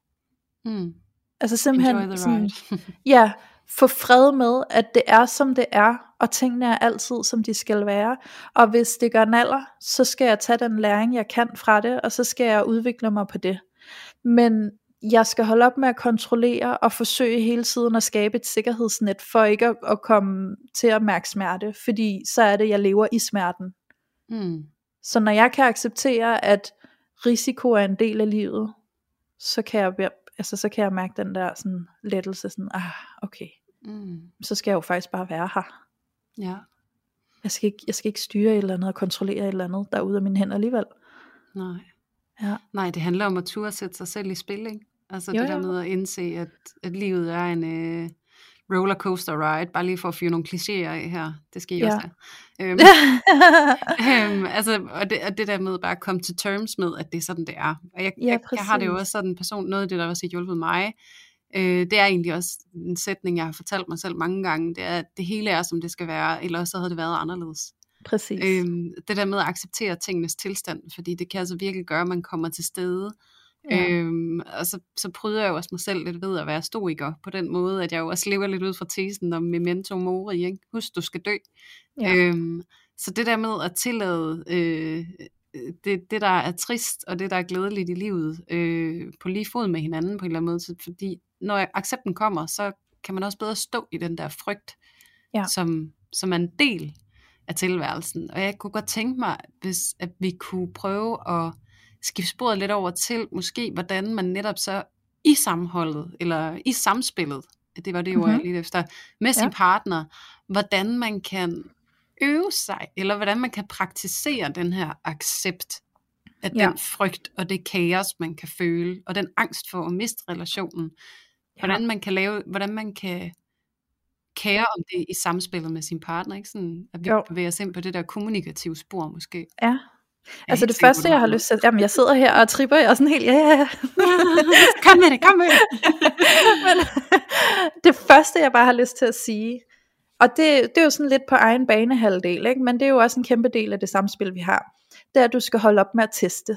Mm. Altså simpelthen sådan, ja, få fred med, at det er som det er, og tingene er altid som de skal være. Og hvis det gør naller, så skal jeg tage den læring, jeg kan fra det, og så skal jeg udvikle mig på det. Men jeg skal holde op med at kontrollere og forsøge hele tiden at skabe et sikkerhedsnet, for ikke at, at komme til at mærke smerte, fordi så er det, jeg lever i smerten. Mm. Så når jeg kan acceptere, at risiko er en del af livet, så kan jeg, altså, så kan jeg mærke den der sådan, lettelse, sådan, ah, okay, mm. så skal jeg jo faktisk bare være her. Ja. Jeg skal ikke, jeg skal ikke styre et eller andet og kontrollere et eller andet, der er ude af mine hænder alligevel. Nej. Ja. Nej, det handler om at turde sætte sig selv i spil, ikke? Altså jo, det der med at indse, at, at livet er en øh, rollercoaster ride, bare lige for at fyre nogle klichéer af her, det skal I ja. også have. Øhm, øhm, altså, og, det, og det der med bare at komme til terms med, at det er sådan, det er. Og jeg, ja, jeg, jeg har det jo også sådan en person, noget af det, der også har hjulpet mig, øh, det er egentlig også en sætning, jeg har fortalt mig selv mange gange, det er, at det hele er, som det skal være, eller så havde det været anderledes. Præcis. Øhm, det der med at acceptere tingenes tilstand, fordi det kan altså virkelig gøre, at man kommer til stede. Ja. Øhm, og så, så pryder jeg jo også mig selv lidt ved at være stoiker, på den måde, at jeg jo også lever lidt ud fra tesen om memento mori, ikke? Husk, du skal dø. Ja. Øhm, så det der med at tillade øh, det, det, der er trist, og det, der er glædeligt i livet, øh, på lige fod med hinanden på en eller anden måde, fordi når accepten kommer, så kan man også bedre stå i den der frygt, ja. som, som er en del af tilværelsen. Og jeg kunne godt tænke mig, hvis at vi kunne prøve at skifte sporet lidt over til, måske hvordan man netop så i sammenholdet, eller i samspillet, det var det jo, mm-hmm. jeg lige efter, med sin ja. partner, hvordan man kan øve sig, eller hvordan man kan praktisere den her accept af ja. den frygt, og det kaos, man kan føle, og den angst for at miste relationen. Hvordan ja. man kan lave, hvordan man kan kære om det i samspillet med sin partner, ikke? Sådan, at vi jo. bevæger os ind på det der kommunikative spor, måske. Ja. Altså det første jeg har lyst til, jamen jeg sidder her og tripper, jeg er sådan helt, ja ja ja. Kom med det, kom med det. Men det første jeg bare har lyst til at sige, og det, det er jo sådan lidt på egen banehalvdel, ikke? Men det er jo også en kæmpe del af det samspil vi har, det er at du skal holde op med at teste.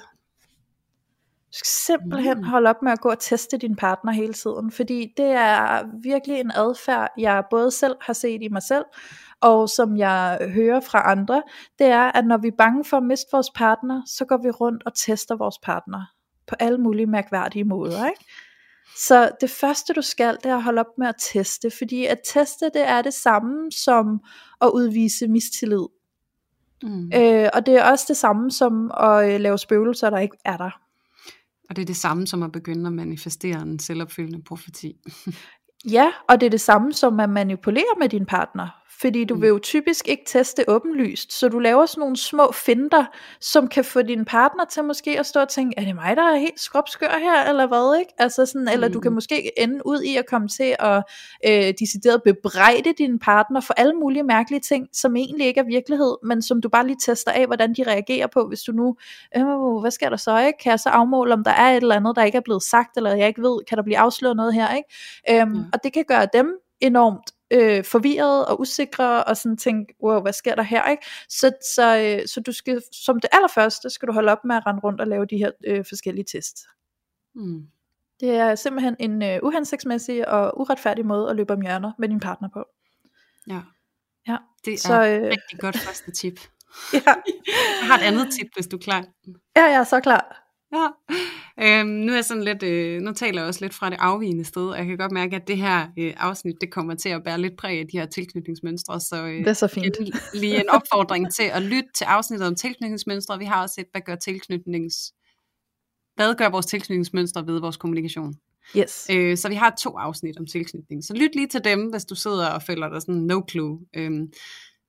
Du skal simpelthen mm. holde op med at gå og teste din partner hele tiden, fordi det er virkelig en adfærd, jeg både selv har set i mig selv, og som jeg hører fra andre, det er, at når vi er bange for at miste vores partner, så går vi rundt og tester vores partner, på alle mulige mærkværdige måder, ikke? Så det første du skal, det er at holde op med at teste, fordi at teste, det er det samme som at udvise mistillid. Mm. Øh, og det er også det samme som at øh, lave spøgelser, der ikke er der. Og det er det samme som at begynde at manifestere en selvopfyldende profeti. Ja, og det er det samme som at manipulere med din partner. Fordi du mm. vil jo typisk ikke teste åbenlyst, så du laver sådan nogle små finter, som kan få din partner til måske at stå og tænke, er det mig, der er helt skrubskør her, eller hvad, ikke? Altså sådan, eller mm. du kan måske ende ud i at komme til at øh, decideret bebrejde din partner for alle mulige mærkelige ting, som egentlig ikke er virkelighed, men som du bare lige tester af, hvordan de reagerer på, hvis du nu, øh, hvad sker der så, ikke? Kan jeg så afmåle, om der er et eller andet, der ikke er blevet sagt, eller jeg ikke ved, kan der blive afsløret noget her, ikke? Øhm, mm. Og det kan gøre dem enormt øh, forvirret og usikre og sådan tænke, wow, hvad sker der her, ikke? Så, så, øh, så du skal, som det allerførste, skal du holde op med at rende rundt og lave de her øh, forskellige tests. Mm. Det er simpelthen en øh, uhensigtsmæssig og uretfærdig måde at løbe om hjørner med din partner på. Ja, ja. Det er så, øh, rigtig godt første tip. Ja. Jeg har et andet tip, hvis du er klar. Ja, jeg er så klar. Ja. Øhm, nu er jeg sådan lidt, øh, nu taler jeg også lidt fra det afvigende sted, og jeg kan godt mærke, at det her øh, afsnit, det kommer til at bære lidt præg af de her tilknytningsmønstre, så, øh, det er så fint. Lige en opfordring til at lytte til afsnittet om tilknytningsmønstre. Vi har også et, hvad gør tilknytnings, hvad gør vores tilknytningsmønstre ved vores kommunikation? Yes. Øh, så vi har to afsnit om tilknytning, så lyt lige til dem, hvis du sidder og føler dig sådan no clue. Øhm,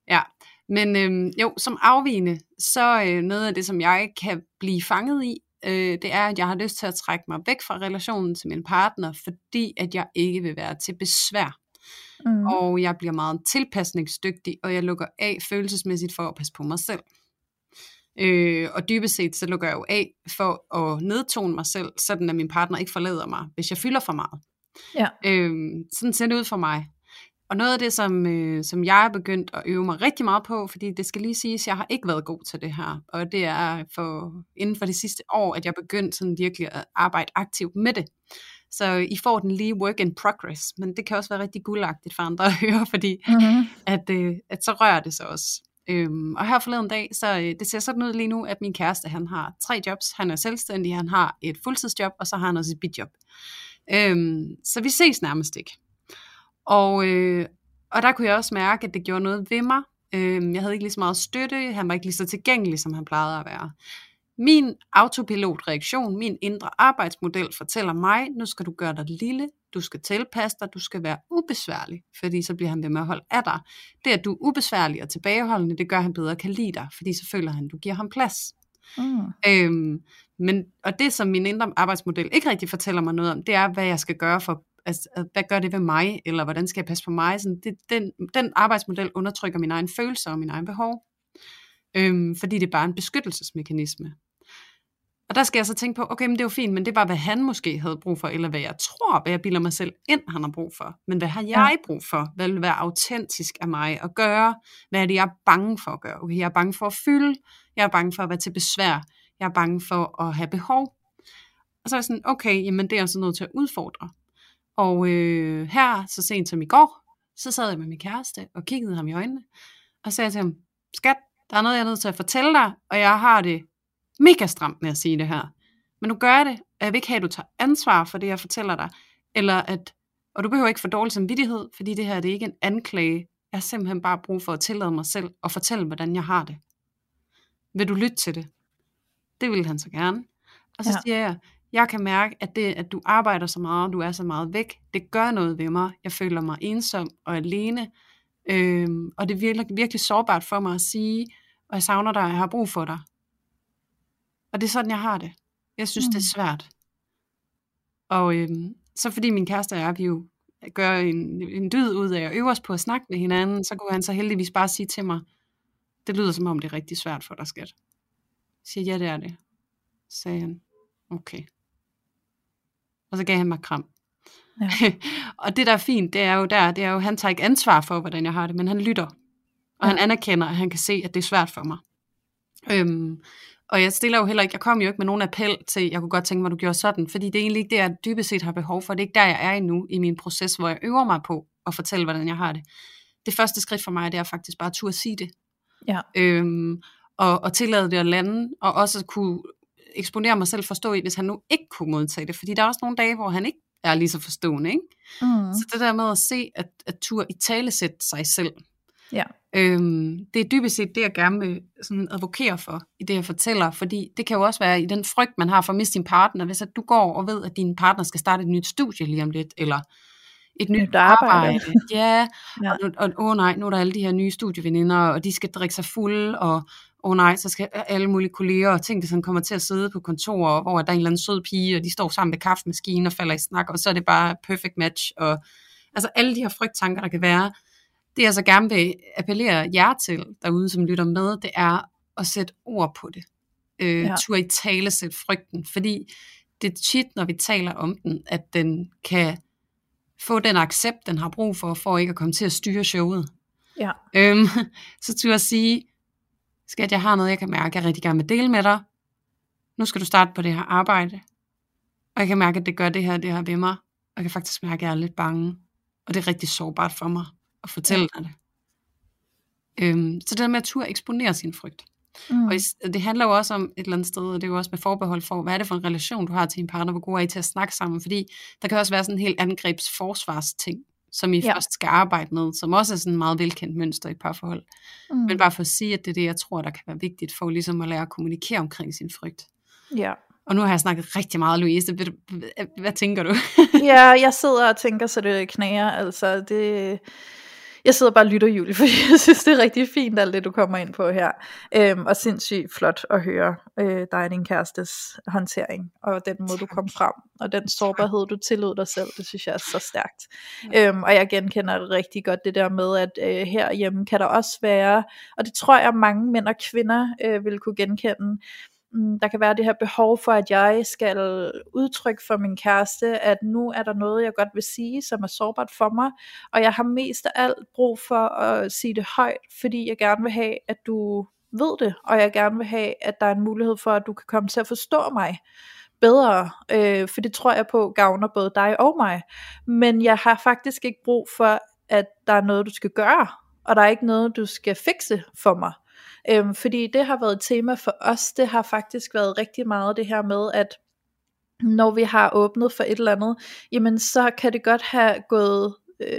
Ja, men øhm, jo, som afvigende, så øh, noget af det, som jeg kan blive fanget i, øh, det er, at jeg har lyst til at trække mig væk fra relationen til min partner, fordi at jeg ikke vil være til besvær. Mm. Og jeg bliver meget tilpasningsdygtig, og jeg lukker af følelsesmæssigt for at passe på mig selv. Øh, og dybest set, så lukker jeg jo af for at nedtone mig selv, sådan at min partner ikke forlader mig, hvis jeg fylder for meget. Ja. Øh, sådan ser det ud for mig. Og noget af det, som, øh, som jeg er begyndt at øve mig rigtig meget på, fordi det skal lige siges, at jeg har ikke været god til det her, og det er for, inden for de sidste år, at jeg er begyndt sådan virkelig at arbejde aktivt med det. Så I får den lige work in progress, men det kan også være rigtig guldagtigt for andre at høre, fordi mm-hmm. at, øh, at så rører det sig også. Øhm, og her forleden dag, så øh, det ser sådan ud lige nu, at min kæreste, han har tre jobs, han er selvstændig, han har et fuldtidsjob, og så har han også et bidjob. Øhm, så vi ses nærmest ikke. Og, øh, og der kunne jeg også mærke, at det gjorde noget ved mig. Øh, jeg havde ikke lige så meget støtte, han var ikke lige så tilgængelig, som han plejede at være. Min autopilotreaktion, min indre arbejdsmodel fortæller mig, nu skal du gøre dig lille, du skal tilpasse dig, du skal være ubesværlig, fordi så bliver han ved med at holde af dig. Det, at du er ubesværlig og tilbageholdende, det gør, at han bedre kan lide dig, fordi så føler han, at du giver ham plads. Mm. Øhm, men, og det, som min indre arbejdsmodel ikke rigtig fortæller mig noget om, det er, hvad jeg skal gøre for, altså, hvad gør det ved mig, eller hvordan skal jeg passe på mig. Sådan, det, den, den arbejdsmodel undertrykker mine egne følelser og mine egne behov, øhm, fordi det er bare en beskyttelsesmekanisme. Og der skal jeg så tænke på, okay, men det er jo fint, men det var, hvad han måske havde brug for, eller hvad jeg tror, hvad jeg bilder mig selv ind, han har brug for. Men hvad har jeg brug for? Hvad vil være autentisk af mig at gøre? Hvad er det, jeg er bange for at gøre? Okay, jeg er bange for at fylde, jeg er bange for at være til besvær, jeg er bange for at have behov. Og så er jeg sådan, okay, jamen det er altså nødt til at udfordre. Og øh, her, så sent som i går, så sad jeg med min kæreste og kiggede ham i øjnene, og sagde til ham, skat, der er noget, jeg er nødt til at fortælle dig, og jeg har det mega stramt med at sige det her. Men nu gør jeg det, og jeg vil ikke have, at du tager ansvar for det, jeg fortæller dig. Eller at, og du behøver ikke få dårlig samvittighed, fordi det her det er ikke en anklage. Jeg har simpelthen bare brug for at tillade mig selv og fortælle, hvordan jeg har det. Vil du lytte til det? Det vil han så gerne. Og så ja. siger jeg, jeg kan mærke, at det, at du arbejder så meget, og du er så meget væk, det gør noget ved mig. Jeg føler mig ensom og alene. Øhm, og det er virkelig, virkelig sårbart for mig at sige, og jeg savner dig, og jeg har brug for dig. Og det er sådan, jeg har det. Jeg synes, mm. det er svært. Og øhm, så fordi min kæreste og jeg, vi jo gør en, en dyd ud af at øve os på at snakke med hinanden, så kunne han så heldigvis bare sige til mig, det lyder som om, det er rigtig svært for dig, skat. Jeg siger, ja, det er det. Så sagde han, okay. Og så gav han mig kram. Ja. Og det, der er fint, det er jo der, det er jo, han tager ikke ansvar for, hvordan jeg har det, men han lytter. Og ja. han anerkender, at han kan se, at det er svært for mig. Øhm, Og jeg stiller jo heller ikke, jeg kom jo ikke med nogen appel til, jeg kunne godt tænke mig, at du gjorde sådan, fordi det er egentlig ikke det, jeg dybest set har behov for. Det er ikke der, jeg er endnu i min proces, hvor jeg øver mig på at fortælle, hvordan jeg har det. Det første skridt for mig, det er faktisk bare at turde sige det. Ja. Øhm, og, og tillade det at lande, og også kunne eksponere mig selv forstå i, hvis han nu ikke kunne modtage det. Fordi der er også nogle dage, hvor han ikke er lige så forstående. Ikke? Mm. Så det der med at se, at, at turde i tale sætte sig selv. Ja. Øhm, det er dybest set det, jeg gerne vil sådan advokere for, i det jeg fortæller, fordi det kan jo også være i den frygt, man har for at miste sin partner, hvis at du går og ved, at din partner skal starte et nyt studie lige om lidt, eller et nyt, nyt arbejde. arbejde. Ja, ja. Og, og åh nej, nu er der alle de her nye studieveninder, og de skal drikke sig fulde, og åh nej, så skal alle mulige kolleger, og tænk, hvis han kommer til at sidde på kontor, hvor der er en eller anden sød pige, og de står sammen ved kaffemaskinen og falder i snak, og så er det bare perfect match, og altså alle de her frygttanker, der kan være. Det jeg så gerne vil appellere jer til derude, som lytter med, det er at sætte ord på det. Øh, ja. Tur i tale sætte frygten, fordi det er tit, når vi taler om den, at den kan få den accept, den har brug for, for ikke at komme til at styre showet. Ja. Øhm, så tur at sige, skat, jeg har noget, jeg kan mærke, jeg rigtig gerne vil dele med dig. Nu skal du starte på det her arbejde. Og jeg kan mærke, at det gør det her, det her ved mig. Og jeg kan faktisk mærke, at jeg er lidt bange. Og det er rigtig sårbart for mig at fortælle dig det. Øhm, så det der med at turde eksponere sin frygt. Mm. Og det handler jo også om et eller andet sted, og det er jo også med forbehold for, hvad er det for en relation, du har til din partner, hvor god er I til at snakke sammen, fordi der kan også være sådan en helt angrebs-forsvarsting, som I ja. først skal arbejde med, som også er sådan en meget velkendt mønster i et parforhold. Mm. Men bare for at sige, at det er det, jeg tror, der kan være vigtigt for ligesom at lære at kommunikere omkring sin frygt. Ja. Og nu har jeg snakket rigtig meget, Louise. Hvad tænker du? Ja, jeg sidder og tænker, så det knager. Altså, det... Jeg sidder bare og lytter, Julie, fordi jeg synes, det er rigtig fint, alt det, du kommer ind på her. Øhm, og sindssygt flot at høre øh, dig og din kærestes håndtering, og den måde, du kom frem, og den sårbarhed, du tillod dig selv, det synes jeg er så stærkt. Ja. Øhm, og jeg genkender rigtig godt det der med, at øh, herhjemme kan der også være, og det tror jeg, mange mænd og kvinder øh, vil kunne genkende, der kan være det her behov for, at jeg skal udtrykke for min kæreste, at nu er der noget, jeg godt vil sige, som er sårbart for mig, og jeg har mest af alt brug for at sige det højt, fordi jeg gerne vil have, at du ved det, og jeg gerne vil have, at der er en mulighed for, at du kan komme til at forstå mig bedre, øh, for det tror jeg på gavner både dig og mig, men jeg har faktisk ikke brug for, at der er noget, du skal gøre, og der er ikke noget, du skal fikse for mig. Øhm, fordi det har været et tema for os. Det har faktisk været rigtig meget det her med, at når vi har åbnet for et eller andet, jamen så kan det godt have gået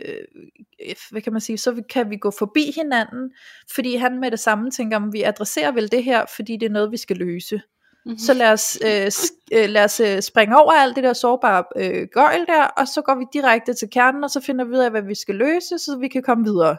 øh, hvad kan man sige, så kan vi gå forbi hinanden, fordi han med det samme tænker, om vi adresserer vel det her, fordi det er noget vi skal løse. Mm-hmm. Så lad os, øh, sk- øh, lad os øh, springe over alt det der sårbare øh, gøjl der, og så går vi direkte til kernen, og så finder vi ud af hvad vi skal løse, så vi kan komme videre.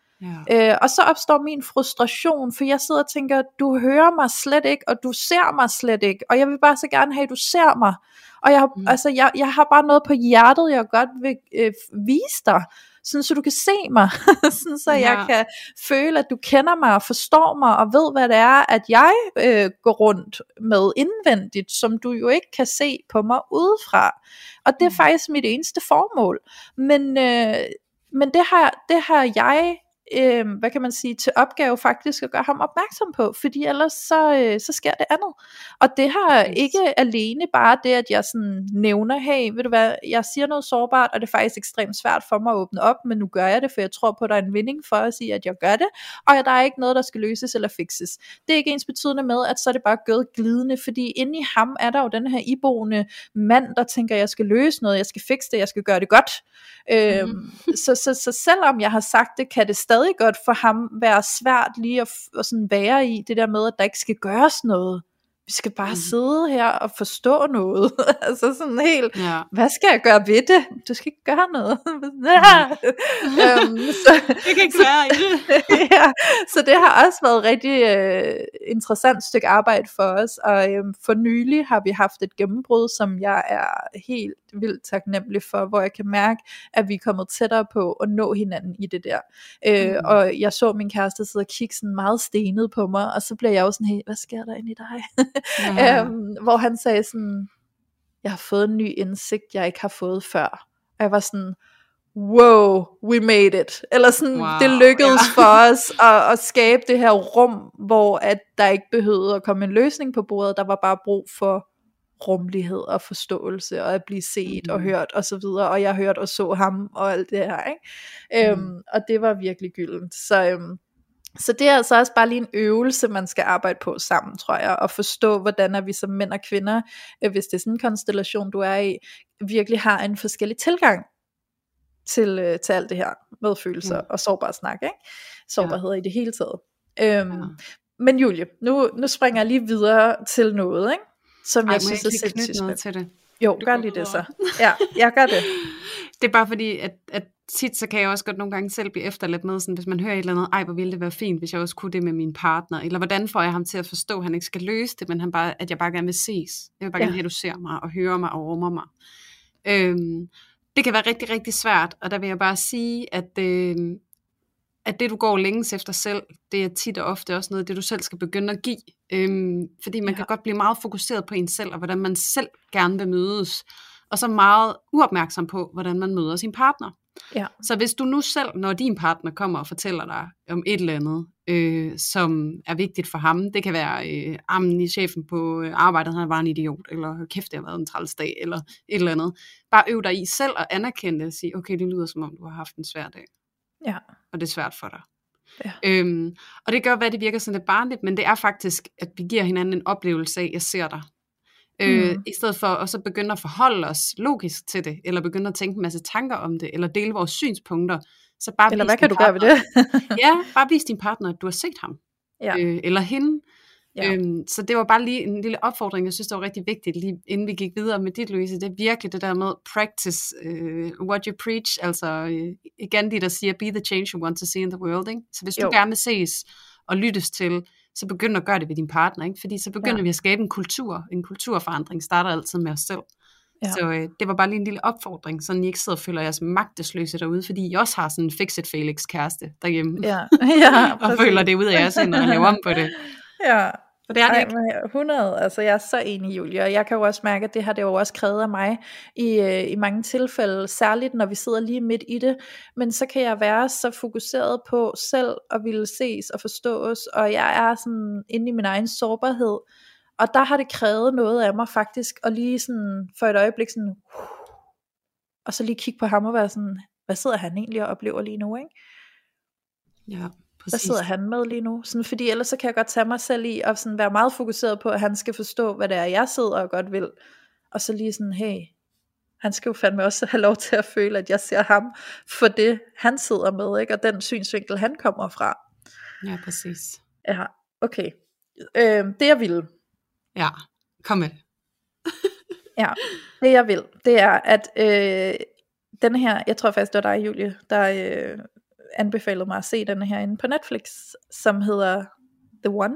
Ja. Øh, og så opstår min frustration, for jeg sidder og tænker, du hører mig slet ikke, og du ser mig slet ikke, og jeg vil bare så gerne have, at du ser mig, og jeg, mm. altså, jeg, jeg har bare noget på hjertet, jeg godt vil øh, vise dig, sådan så du kan se mig, sådan så ja. jeg kan føle, at du kender mig og forstår mig, og ved hvad det er, at jeg øh, går rundt med indvendigt, som du jo ikke kan se på mig udefra, og det er mm. faktisk mit eneste formål, men, øh, men det har, det har jeg Øh, hvad kan man sige, til opgave faktisk at gøre ham opmærksom på, fordi ellers så, øh, så sker det andet, og det har yes. ikke alene bare det, at jeg sådan nævner, hey, ved du hvad, jeg siger noget sårbart, og det er faktisk ekstremt svært for mig at åbne op, men nu gør jeg det, for jeg tror på, at der er en vinding for at sige, at jeg gør det, og at der er ikke noget, der skal løses eller fikses. Det er ikke ens betydende med, at så er det bare gået glidende, fordi inde i ham er der jo den her iboende mand, der tænker, jeg skal løse noget, jeg skal fikse det, jeg skal gøre det godt. Mm. Øhm, så, så, så selvom jeg har sagt det, kan det stadig godt for ham være svært lige at, at sådan være i det der med, at der ikke skal gøres noget. Vi skal bare mm. sidde her og forstå noget. Altså sådan helt, ja. Hvad skal jeg gøre ved det? Du skal ikke gøre noget. Ja. øhm, så, det kan ikke være i det. Ja, så det har også været et rigtig øh, interessant stykke arbejde for os, og øh, for nylig har vi haft et gennembrud, som jeg er helt vildt taknemmelig for, hvor jeg kan mærke, at vi er kommet tættere på at nå hinanden i det der. Øh, mm. Og jeg så min kæreste sidde og kigge sådan meget stenet på mig, og så blev jeg jo sådan, hey, hvad sker der inde i dig? Ja. øhm, hvor han sagde sådan, jeg har fået en ny indsigt, jeg ikke har fået før. Og jeg var sådan, wow, we made it. Eller sådan, wow, det lykkedes ja. for os at, at skabe det her rum, hvor at der ikke behøvede at komme en løsning på bordet, der var bare brug for rummelighed og forståelse, og at blive set mm. og hørt og så videre, og jeg hørte og så ham, og alt det her, ikke? Mm. Øhm, og det var virkelig gyldent. Så øhm, Så det er altså også bare lige en øvelse, man skal arbejde på sammen, tror jeg, og forstå, hvordan er vi som mænd og kvinder, hvis det er sådan en konstellation, du er i, virkelig har en forskellig tilgang til, til alt det her med følelser mm. og sårbar snak, ikke? Sårbarhed ja. i det hele taget. Øhm, ja. Men Julie, nu, nu springer jeg lige videre til noget, ikke? Som Ej, jeg synes jeg er sindssygt noget til det. Jo, gør lige det så. Ja, jeg gør det. Det er bare fordi, at, at tit så kan jeg også godt nogle gange selv blive efterladt med, sådan, hvis man hører et eller andet, ej hvor ville det være fint, hvis jeg også kunne det med min partner, eller hvordan får jeg ham til at forstå, at han ikke skal løse det, men han bare, at jeg bare gerne vil ses. Jeg vil bare ja. gerne have, at du ser mig, og hører mig, og rummer mig. Øhm, det kan være rigtig, rigtig svært, og der vil jeg bare sige, at, øh, at det du går længes efter selv, det er tit og ofte også noget, det du selv skal begynde at give. Øhm, fordi man ja. kan godt blive meget fokuseret på en selv, og hvordan man selv gerne vil mødes, og så meget uopmærksom på, hvordan man møder sin partner. Ja. Så hvis du nu selv, når din partner kommer og fortæller dig om et eller andet, øh, som er vigtigt for ham, det kan være, øh, ammen i chefen på arbejdet, han var en idiot, eller kæft, det har været en træls dag, eller et eller andet. Bare øv dig i selv og anerkende det, og sige, okay, det lyder som om, du har haft en svær dag. Ja. Og det er svært for dig. Ja. Øhm, og det gør, hvad det virker sådan lidt barnligt, men det er faktisk, at vi giver hinanden en oplevelse af, jeg ser dig. Øh, mm. I stedet for at så begynde at forholde os logisk til det, eller begynde at tænke en masse tanker om det, eller dele vores synspunkter. Så bare eller hvad kan du gøre ved det? Ja, bare vis din partner, at du har set ham. Ja. Øh, eller hende. Ja. Øhm, så det var bare lige en lille opfordring, jeg synes, det var rigtig vigtigt, lige inden vi gik videre med dit, Louise. Det er virkelig det der med practice uh, what you preach, altså uh, igen de, der siger, be the change you want to see in the world, ikke? Så hvis jo. du gerne vil ses og lyttes til, så begynd at gøre det ved din partner, ikke? Fordi så begynder ja. vi at skabe en kultur. En kulturforandring starter altid med os selv. Ja. Så øh, det var bare lige en lille opfordring, så I ikke sidder og føler jeres magtesløse derude, fordi I også har sådan en fix-it Felix kæreste derhjemme, ja. Ja, og føler det ud af jeres hænder og laver om på det. Ja, for det er det Ej, ikke. hundrede, altså jeg er så enig, Julie, og jeg kan jo også mærke, at det har det jo også krævet af mig i, øh, i mange tilfælde, særligt når vi sidder lige midt i det, men så kan jeg være så fokuseret på selv at ville ses og forstås, og jeg er sådan inde i min egen sårbarhed, og der har det krævet noget af mig faktisk, at lige sådan for et øjeblik sådan, uh, og så lige kigge på ham og være sådan, hvad sidder han egentlig og oplever lige nu, ikke? Ja. Præcis. Hvad sidder han med lige nu? Sådan, fordi ellers så kan jeg godt tage mig selv i og sådan være meget fokuseret på, at han skal forstå, hvad det er, jeg sidder og godt vil. Og så lige sådan, hey, han skal jo fandme også have lov til at føle, at jeg ser ham for det, han sidder med, ikke? Og den synsvinkel, han kommer fra. Ja, præcis. Ja, okay. Øh, det jeg vil. Ja, kom med det. Ja, det jeg vil, det er, at øh, den her, jeg tror faktisk, det var dig, Julie, der øh, anbefalede mig at se den her inde på Netflix, som hedder The One.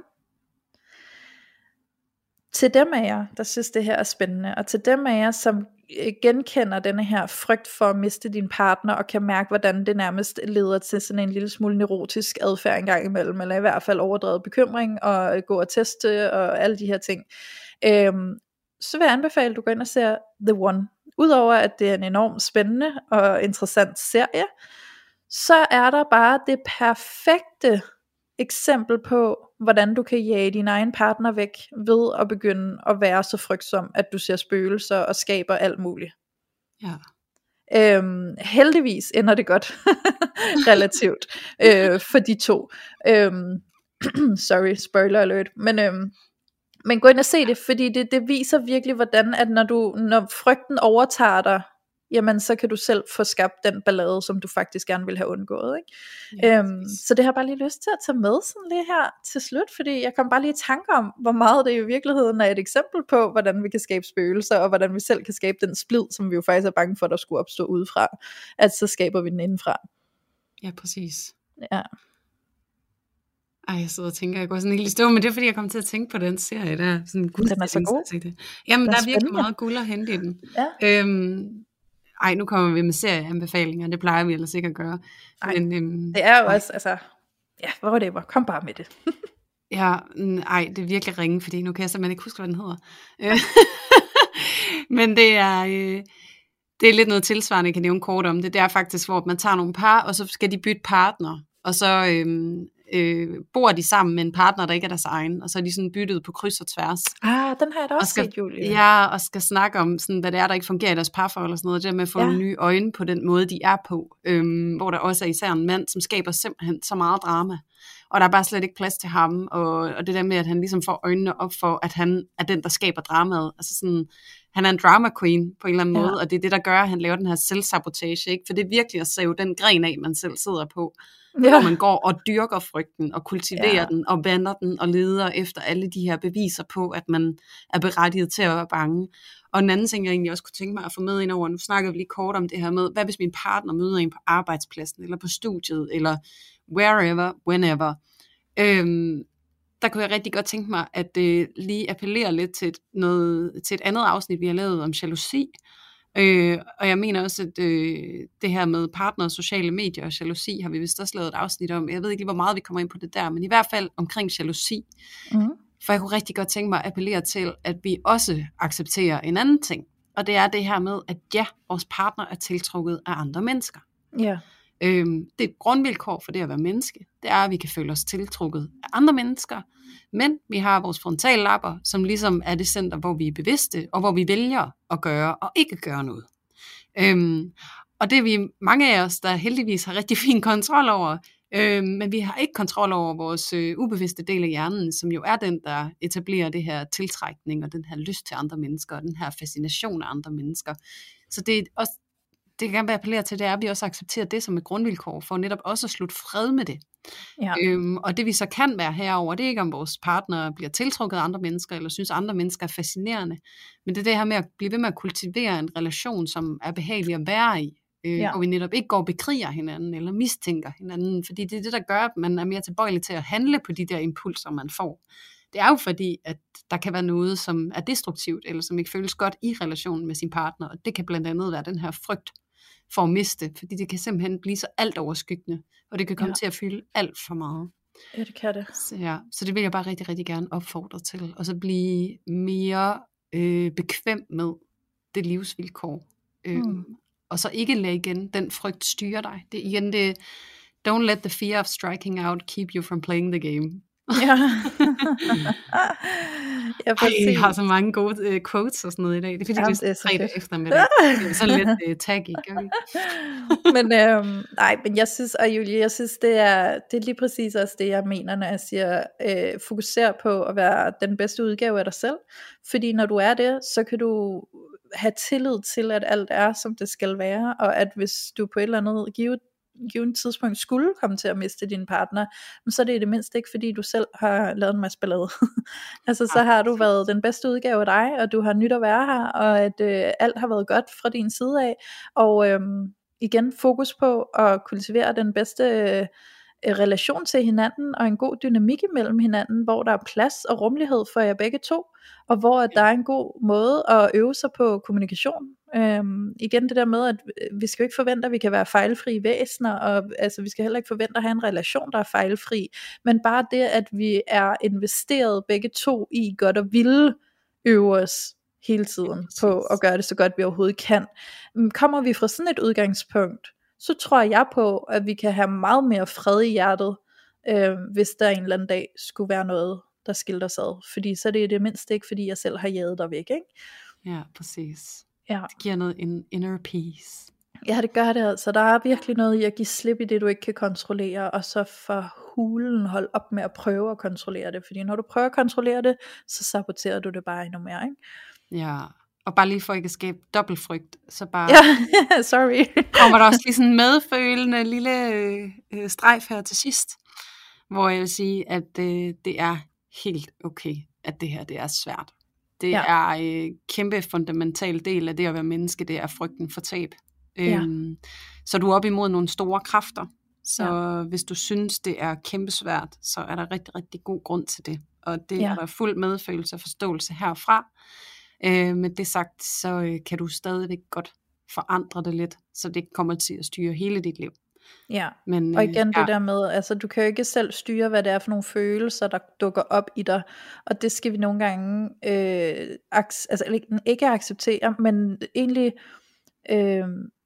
Til dem af jer, der synes det her er spændende, og til dem af jer, som genkender denne her frygt for at miste din partner, og kan mærke, hvordan det nærmest leder til sådan en lille smule neurotisk adfærd en gang imellem, eller i hvert fald overdrevet bekymring, og gå og teste, og alle de her ting, øhm, så vil jeg anbefale, at du går ind og ser The One. Udover at det er en enormt spændende og interessant serie, så er der bare det perfekte eksempel på, hvordan du kan jage din egen partner væk, ved at begynde at være så frygtsom, at du ser spøgelser og skaber alt muligt. Ja. Øhm, heldigvis ender det godt, relativt, øh, for de to. Øhm, sorry, spoiler alert, men... Øhm, Men gå ind og se det, fordi det, det viser virkelig, hvordan at når, du, når frygten overtager dig, jamen så kan du selv få skabt den ballade, som du faktisk gerne vil have undgået. Ikke? Ja, øhm, så det har jeg bare lige lyst til at tage med sådan lige her til slut, fordi jeg kom bare lige i tanke om, hvor meget det i virkeligheden er et eksempel på, hvordan vi kan skabe spøgelser, og hvordan vi selv kan skabe den splid, som vi jo faktisk er bange for, der skulle opstå udefra, at så skaber vi den indenfra. Ja, præcis. Ja. Ej, jeg sidder og tænker, jeg går sådan helt i stå, men det er fordi, jeg kommer til at tænke på den serie der. Sådan, gud, den er så god. Det. Jamen, den der er er virkelig meget guld at hente i den. Ja. Øhm, ej, nu kommer vi med serieanbefalinger, det plejer vi ellers ikke at gøre. Ej, men, øhm, det er jo ej. også, altså, ja, hvor det var, kom bare med det. ja, ej, det er virkelig ringe, fordi nu kan jeg simpelthen ikke huske, hvad den hedder. men det er... Øh, det er lidt noget tilsvarende, jeg kan nævne kort om det. Det er faktisk, hvor man tager nogle par, og så skal de bytte partner, og så... Øhm, Øh, bor de sammen med en partner, der ikke er deres egen, og så er de sådan byttet på kryds og tværs. Ah, den har jeg da også skal, set, Julie. Ja, og skal snakke om, sådan, hvad det er, der ikke fungerer i deres parforhold og sådan noget, det med at få ja. nye øjne på den måde, de er på, øhm, hvor der også er især en mand, som skaber simpelthen så meget drama, og der er bare slet ikke plads til ham, og, og det der med, at han ligesom får øjnene op for, at han er den, der skaber dramaet, altså sådan, han er en drama queen på en eller anden ja. måde, og det er det, der gør, at han laver den her selvsabotage, ikke? For det er virkelig at save den gren af, man selv sidder på, ja. Hvor man går og dyrker frygten, og kultiverer ja. den, og vander den, og leder efter alle de her beviser på, at man er berettiget til at være bange. Og en anden ting, jeg egentlig også kunne tænke mig at få med ind over, nu snakker vi lige kort om det her med, hvad hvis min partner møder en på arbejdspladsen, eller på studiet, eller wherever, whenever. Øhm, der kunne jeg rigtig godt tænke mig, at øh, lige appellere lidt til et, noget, til et andet afsnit, vi har lavet om jalousi. Øh, og jeg mener også, at øh, det her med partner, sociale medier og jalousi, har vi vist også lavet et afsnit om. Jeg ved ikke lige, hvor meget vi kommer ind på det der, men i hvert fald omkring jalousi. Mm. For jeg kunne rigtig godt tænke mig at appellere til, at vi også accepterer en anden ting. Og det er det her med, at ja, vores partner er tiltrukket af andre mennesker. Yeah. Øhm, det er et grundvilkår for det at være menneske. Det er, at vi kan føle os tiltrukket af andre mennesker. Men vi har vores frontallapper, som ligesom er det center, hvor vi er bevidste, og hvor vi vælger at gøre og ikke gøre noget. Øhm, og det er vi mange af os, der heldigvis har rigtig fin kontrol over. Øhm, men vi har ikke kontrol over vores øh, ubevidste del af hjernen, som jo er den, der etablerer det her tiltrækning, og den her lyst til andre mennesker, og den her fascination af andre mennesker. Så det er også det jeg gerne vil appellere til, det er, at vi også accepterer det som et grundvilkår, for netop også at slutte fred med det. Ja. Øhm, og det vi så kan være herover, det er ikke om vores partner bliver tiltrukket af andre mennesker, eller synes andre mennesker er fascinerende, men det er det her med at blive ved med at kultivere en relation, som er behagelig at være i, øh, Ja. og vi netop ikke går og bekriger hinanden, eller mistænker hinanden, fordi det er det, der gør, at man er mere tilbøjelig til at handle på de der impulser, man får. Det er jo fordi, at der kan være noget, som er destruktivt, eller som ikke føles godt i relationen med sin partner, og det kan blandt andet være den her frygt for at miste, fordi det kan simpelthen blive så alt overskyggende, og det kan komme Ja. til at fylde alt for meget. Ja, det kan det. Så, ja, så det vil jeg bare rigtig, rigtig gerne opfordre til, og så blive mere øh, bekvem med det livsvilkår, øh, Mm. og så ikke lade igen den frygt styre dig. Det er igen det, don't let the fear of striking out keep you from playing the game. Ja. Ja, Ej, præcis. jeg har så mange gode øh, quotes og sådan noget i dag. Det er fordi, Jamen, det det er er så fredag fedt. eftermiddag. Det er så let øh, taggy, gør vi? Men øhm, nej, men jeg synes, og Julie, jeg synes, det er, det er lige præcis også det, jeg mener, når jeg siger, øh, fokuser på at være den bedste udgave af dig selv. Fordi når du er det, så kan du have tillid til, at alt er, som det skal være, og at hvis du på et eller andet givet givet tidspunkt skulle komme til at miste din partner, men så er det i det mindste ikke, fordi du selv har lavet en masse ballade. Altså så har du været den bedste udgave af dig, og du har nyt at være her, og at øh, alt har været godt fra din side af, og øhm, igen fokus på at kultivere den bedste øh, relation til hinanden, og en god dynamik imellem hinanden, hvor der er plads og rummelighed for jer begge to, og hvor at der er en god måde at øve sig på kommunikation. Øhm, igen det der med, at vi skal jo ikke forvente, at vi kan være fejlfrie væsener, og altså, vi skal heller ikke forvente at have en relation, der er fejlfri, men bare det, at vi er investeret begge to i godt at ville øve os hele tiden på at gøre det så godt vi overhovedet kan. Kommer vi fra sådan et udgangspunkt, så tror jeg på, at vi kan have meget mere fred i hjertet, øh, hvis der en eller anden dag skulle være noget, der skiller os ad. Fordi så er det det mindste ikke, fordi jeg selv har jaget dig væk, ikke? Ja, præcis. Ja. Det giver noget in- inner peace. Ja, det gør det altså. Der er virkelig noget i at give slip i det, du ikke kan kontrollere, og så for hulen hold op med at prøve at kontrollere det. Fordi når du prøver at kontrollere det, så saboterer du det bare endnu mere, ikke? Ja, og bare lige for ikke at skabe dobbeltfrygt, så bare Ja, sorry. kommer der også lige sådan en medfølende lille øh, strejf her til sidst, hvor jeg vil sige, at øh, det er helt okay, at det her det er svært. Det Ja. er en øh, kæmpe fundamental del af det at være menneske, det er frygten for tab. Ja. Øhm, så du er op imod nogle store kræfter, så Ja. hvis du synes, det er kæmpesvært, så er der rigtig, rigtig god grund til det. Og det Ja. er der fuld medfølelse og forståelse herfra. Øh, med det sagt, så øh, kan du stadigvæk godt forandre det lidt, så det ikke kommer til at styre hele dit liv. Ja, Men, og igen øh, det ja. der med, altså du kan jo ikke selv styre, hvad det er for nogle følelser, der dukker op i dig, og det skal vi nogle gange øh, ac- altså ikke- ikke acceptere, men egentlig, øh,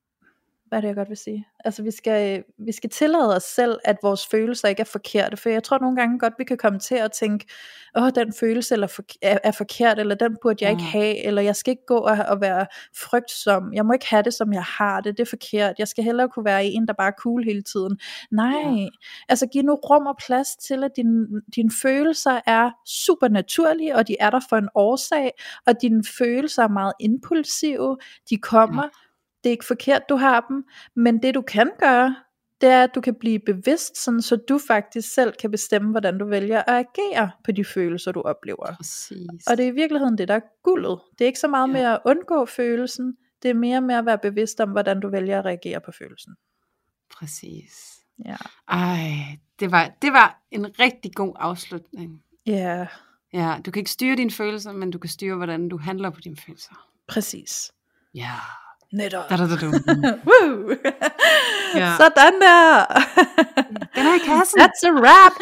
hvad er det jeg godt vil sige, altså vi skal, vi skal tillade os selv, at vores følelser ikke er forkerte, for jeg tror nogle gange godt, vi kan komme til at tænke, åh, den følelse eller for, er, er forkert, eller den burde jeg Ja. ikke have, eller jeg skal ikke gå og, og være frygtsom, jeg må ikke have det, som jeg har det, det er forkert, jeg skal hellere kunne være en, der bare er cool hele tiden. Nej, Ja. altså giv nu rum og plads til, at dine, dine følelser er super naturlige, og de er der for en årsag, og dine følelser er meget impulsive, de kommer, ja. Det er ikke forkert, du har dem, men det du kan gøre, det er, at du kan blive bevidst, sådan, så du faktisk selv kan bestemme, hvordan du vælger at agere på de følelser, du oplever. Præcis. Og det er i virkeligheden det, der er guldet. Det er ikke så meget Ja. med at undgå følelsen, det er mere med at være bevidst om, hvordan du vælger at reagere på følelsen. Præcis. Ja. Ej, det var, det var en rigtig god afslutning. Ja, Ja, du kan ikke styre dine følelser, men du kan styre, hvordan du handler på dine følelser. præcis. Ja. Netop. Da, da, da, da. Woo! Ja. Sådan der. Den er i kassen. That's a wrap.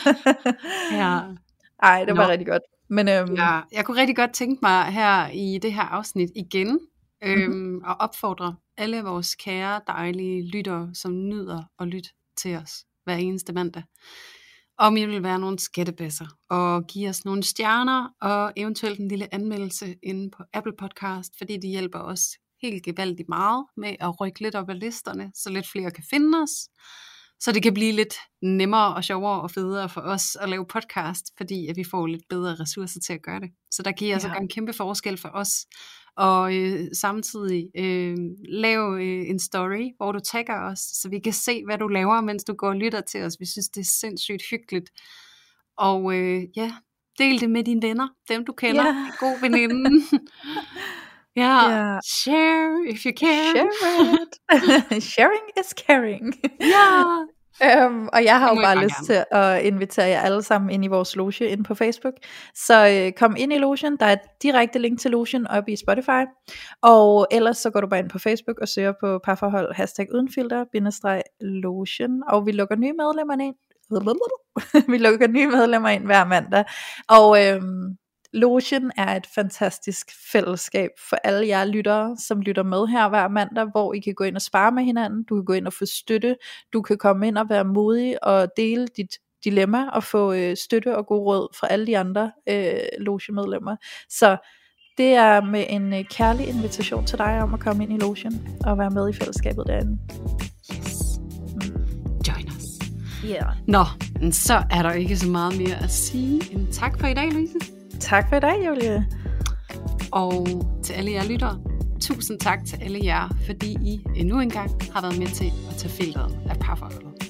Ja. Ej, det var Nå. rigtig godt. Men øhm, Ja, jeg kunne rigtig godt tænke mig her i det her afsnit igen øhm, mm-hmm. at opfordre alle vores kære, dejlige lyttere, som nyder at lytte til os hver eneste mandag, om I vil være nogle skattebasser og give os nogle stjerner og eventuelt en lille anmeldelse inde på Apple Podcast, fordi det hjælper os helt gevaldigt meget med at rykke lidt op ad listerne, så lidt flere kan finde os. så det kan blive lidt nemmere og sjovere og federe for os at lave podcast, fordi at vi får lidt bedre ressourcer til at gøre det. Så der kan I altså Ja. gøre en kæmpe forskel for os. Og øh, samtidig øh, lave øh, en story, hvor du tagger os, så vi kan se, hvad du laver, mens du går og lytter til os. Vi synes, det er sindssygt hyggeligt. Og øh, ja, del det med dine venner, dem du kender, Ja. en god veninde. Ja, Ja. share if you can. Share it. Sharing is caring. Ja. Um, og jeg har Det jo må I bare bare lyst gerne. til at invitere jer alle sammen ind i vores loge ind på Facebook. Så øh, kom ind i logen. Der er et direkte link til logen oppe i Spotify. Og ellers så går du bare ind på Facebook og søger på parforhold hashtag udenfilter bindestreg logen. Og vi lukker nye medlemmer ind. vi lukker nye medlemmer ind hver mandag. Og øhm, logen er et fantastisk fællesskab for alle jer lyttere, som lytter med her hver mandag, hvor I kan gå ind og spare med hinanden, du kan gå ind og få støtte, du kan komme ind og være modig og dele dit dilemma og få øh, støtte og god råd fra alle de andre øh, logemedlemmer. Så det er med en øh, kærlig invitation til dig om at komme ind i logen og være med i fællesskabet derinde. Yes. Join us. Yeah. Nå, men så er der ikke så meget mere at sige end tak for i dag, Louise. Tak for i dag, Julie. Og til alle jer lyttere, tusind tak til alle jer, fordi I endnu engang har været med til at tage filteret af parforholdet.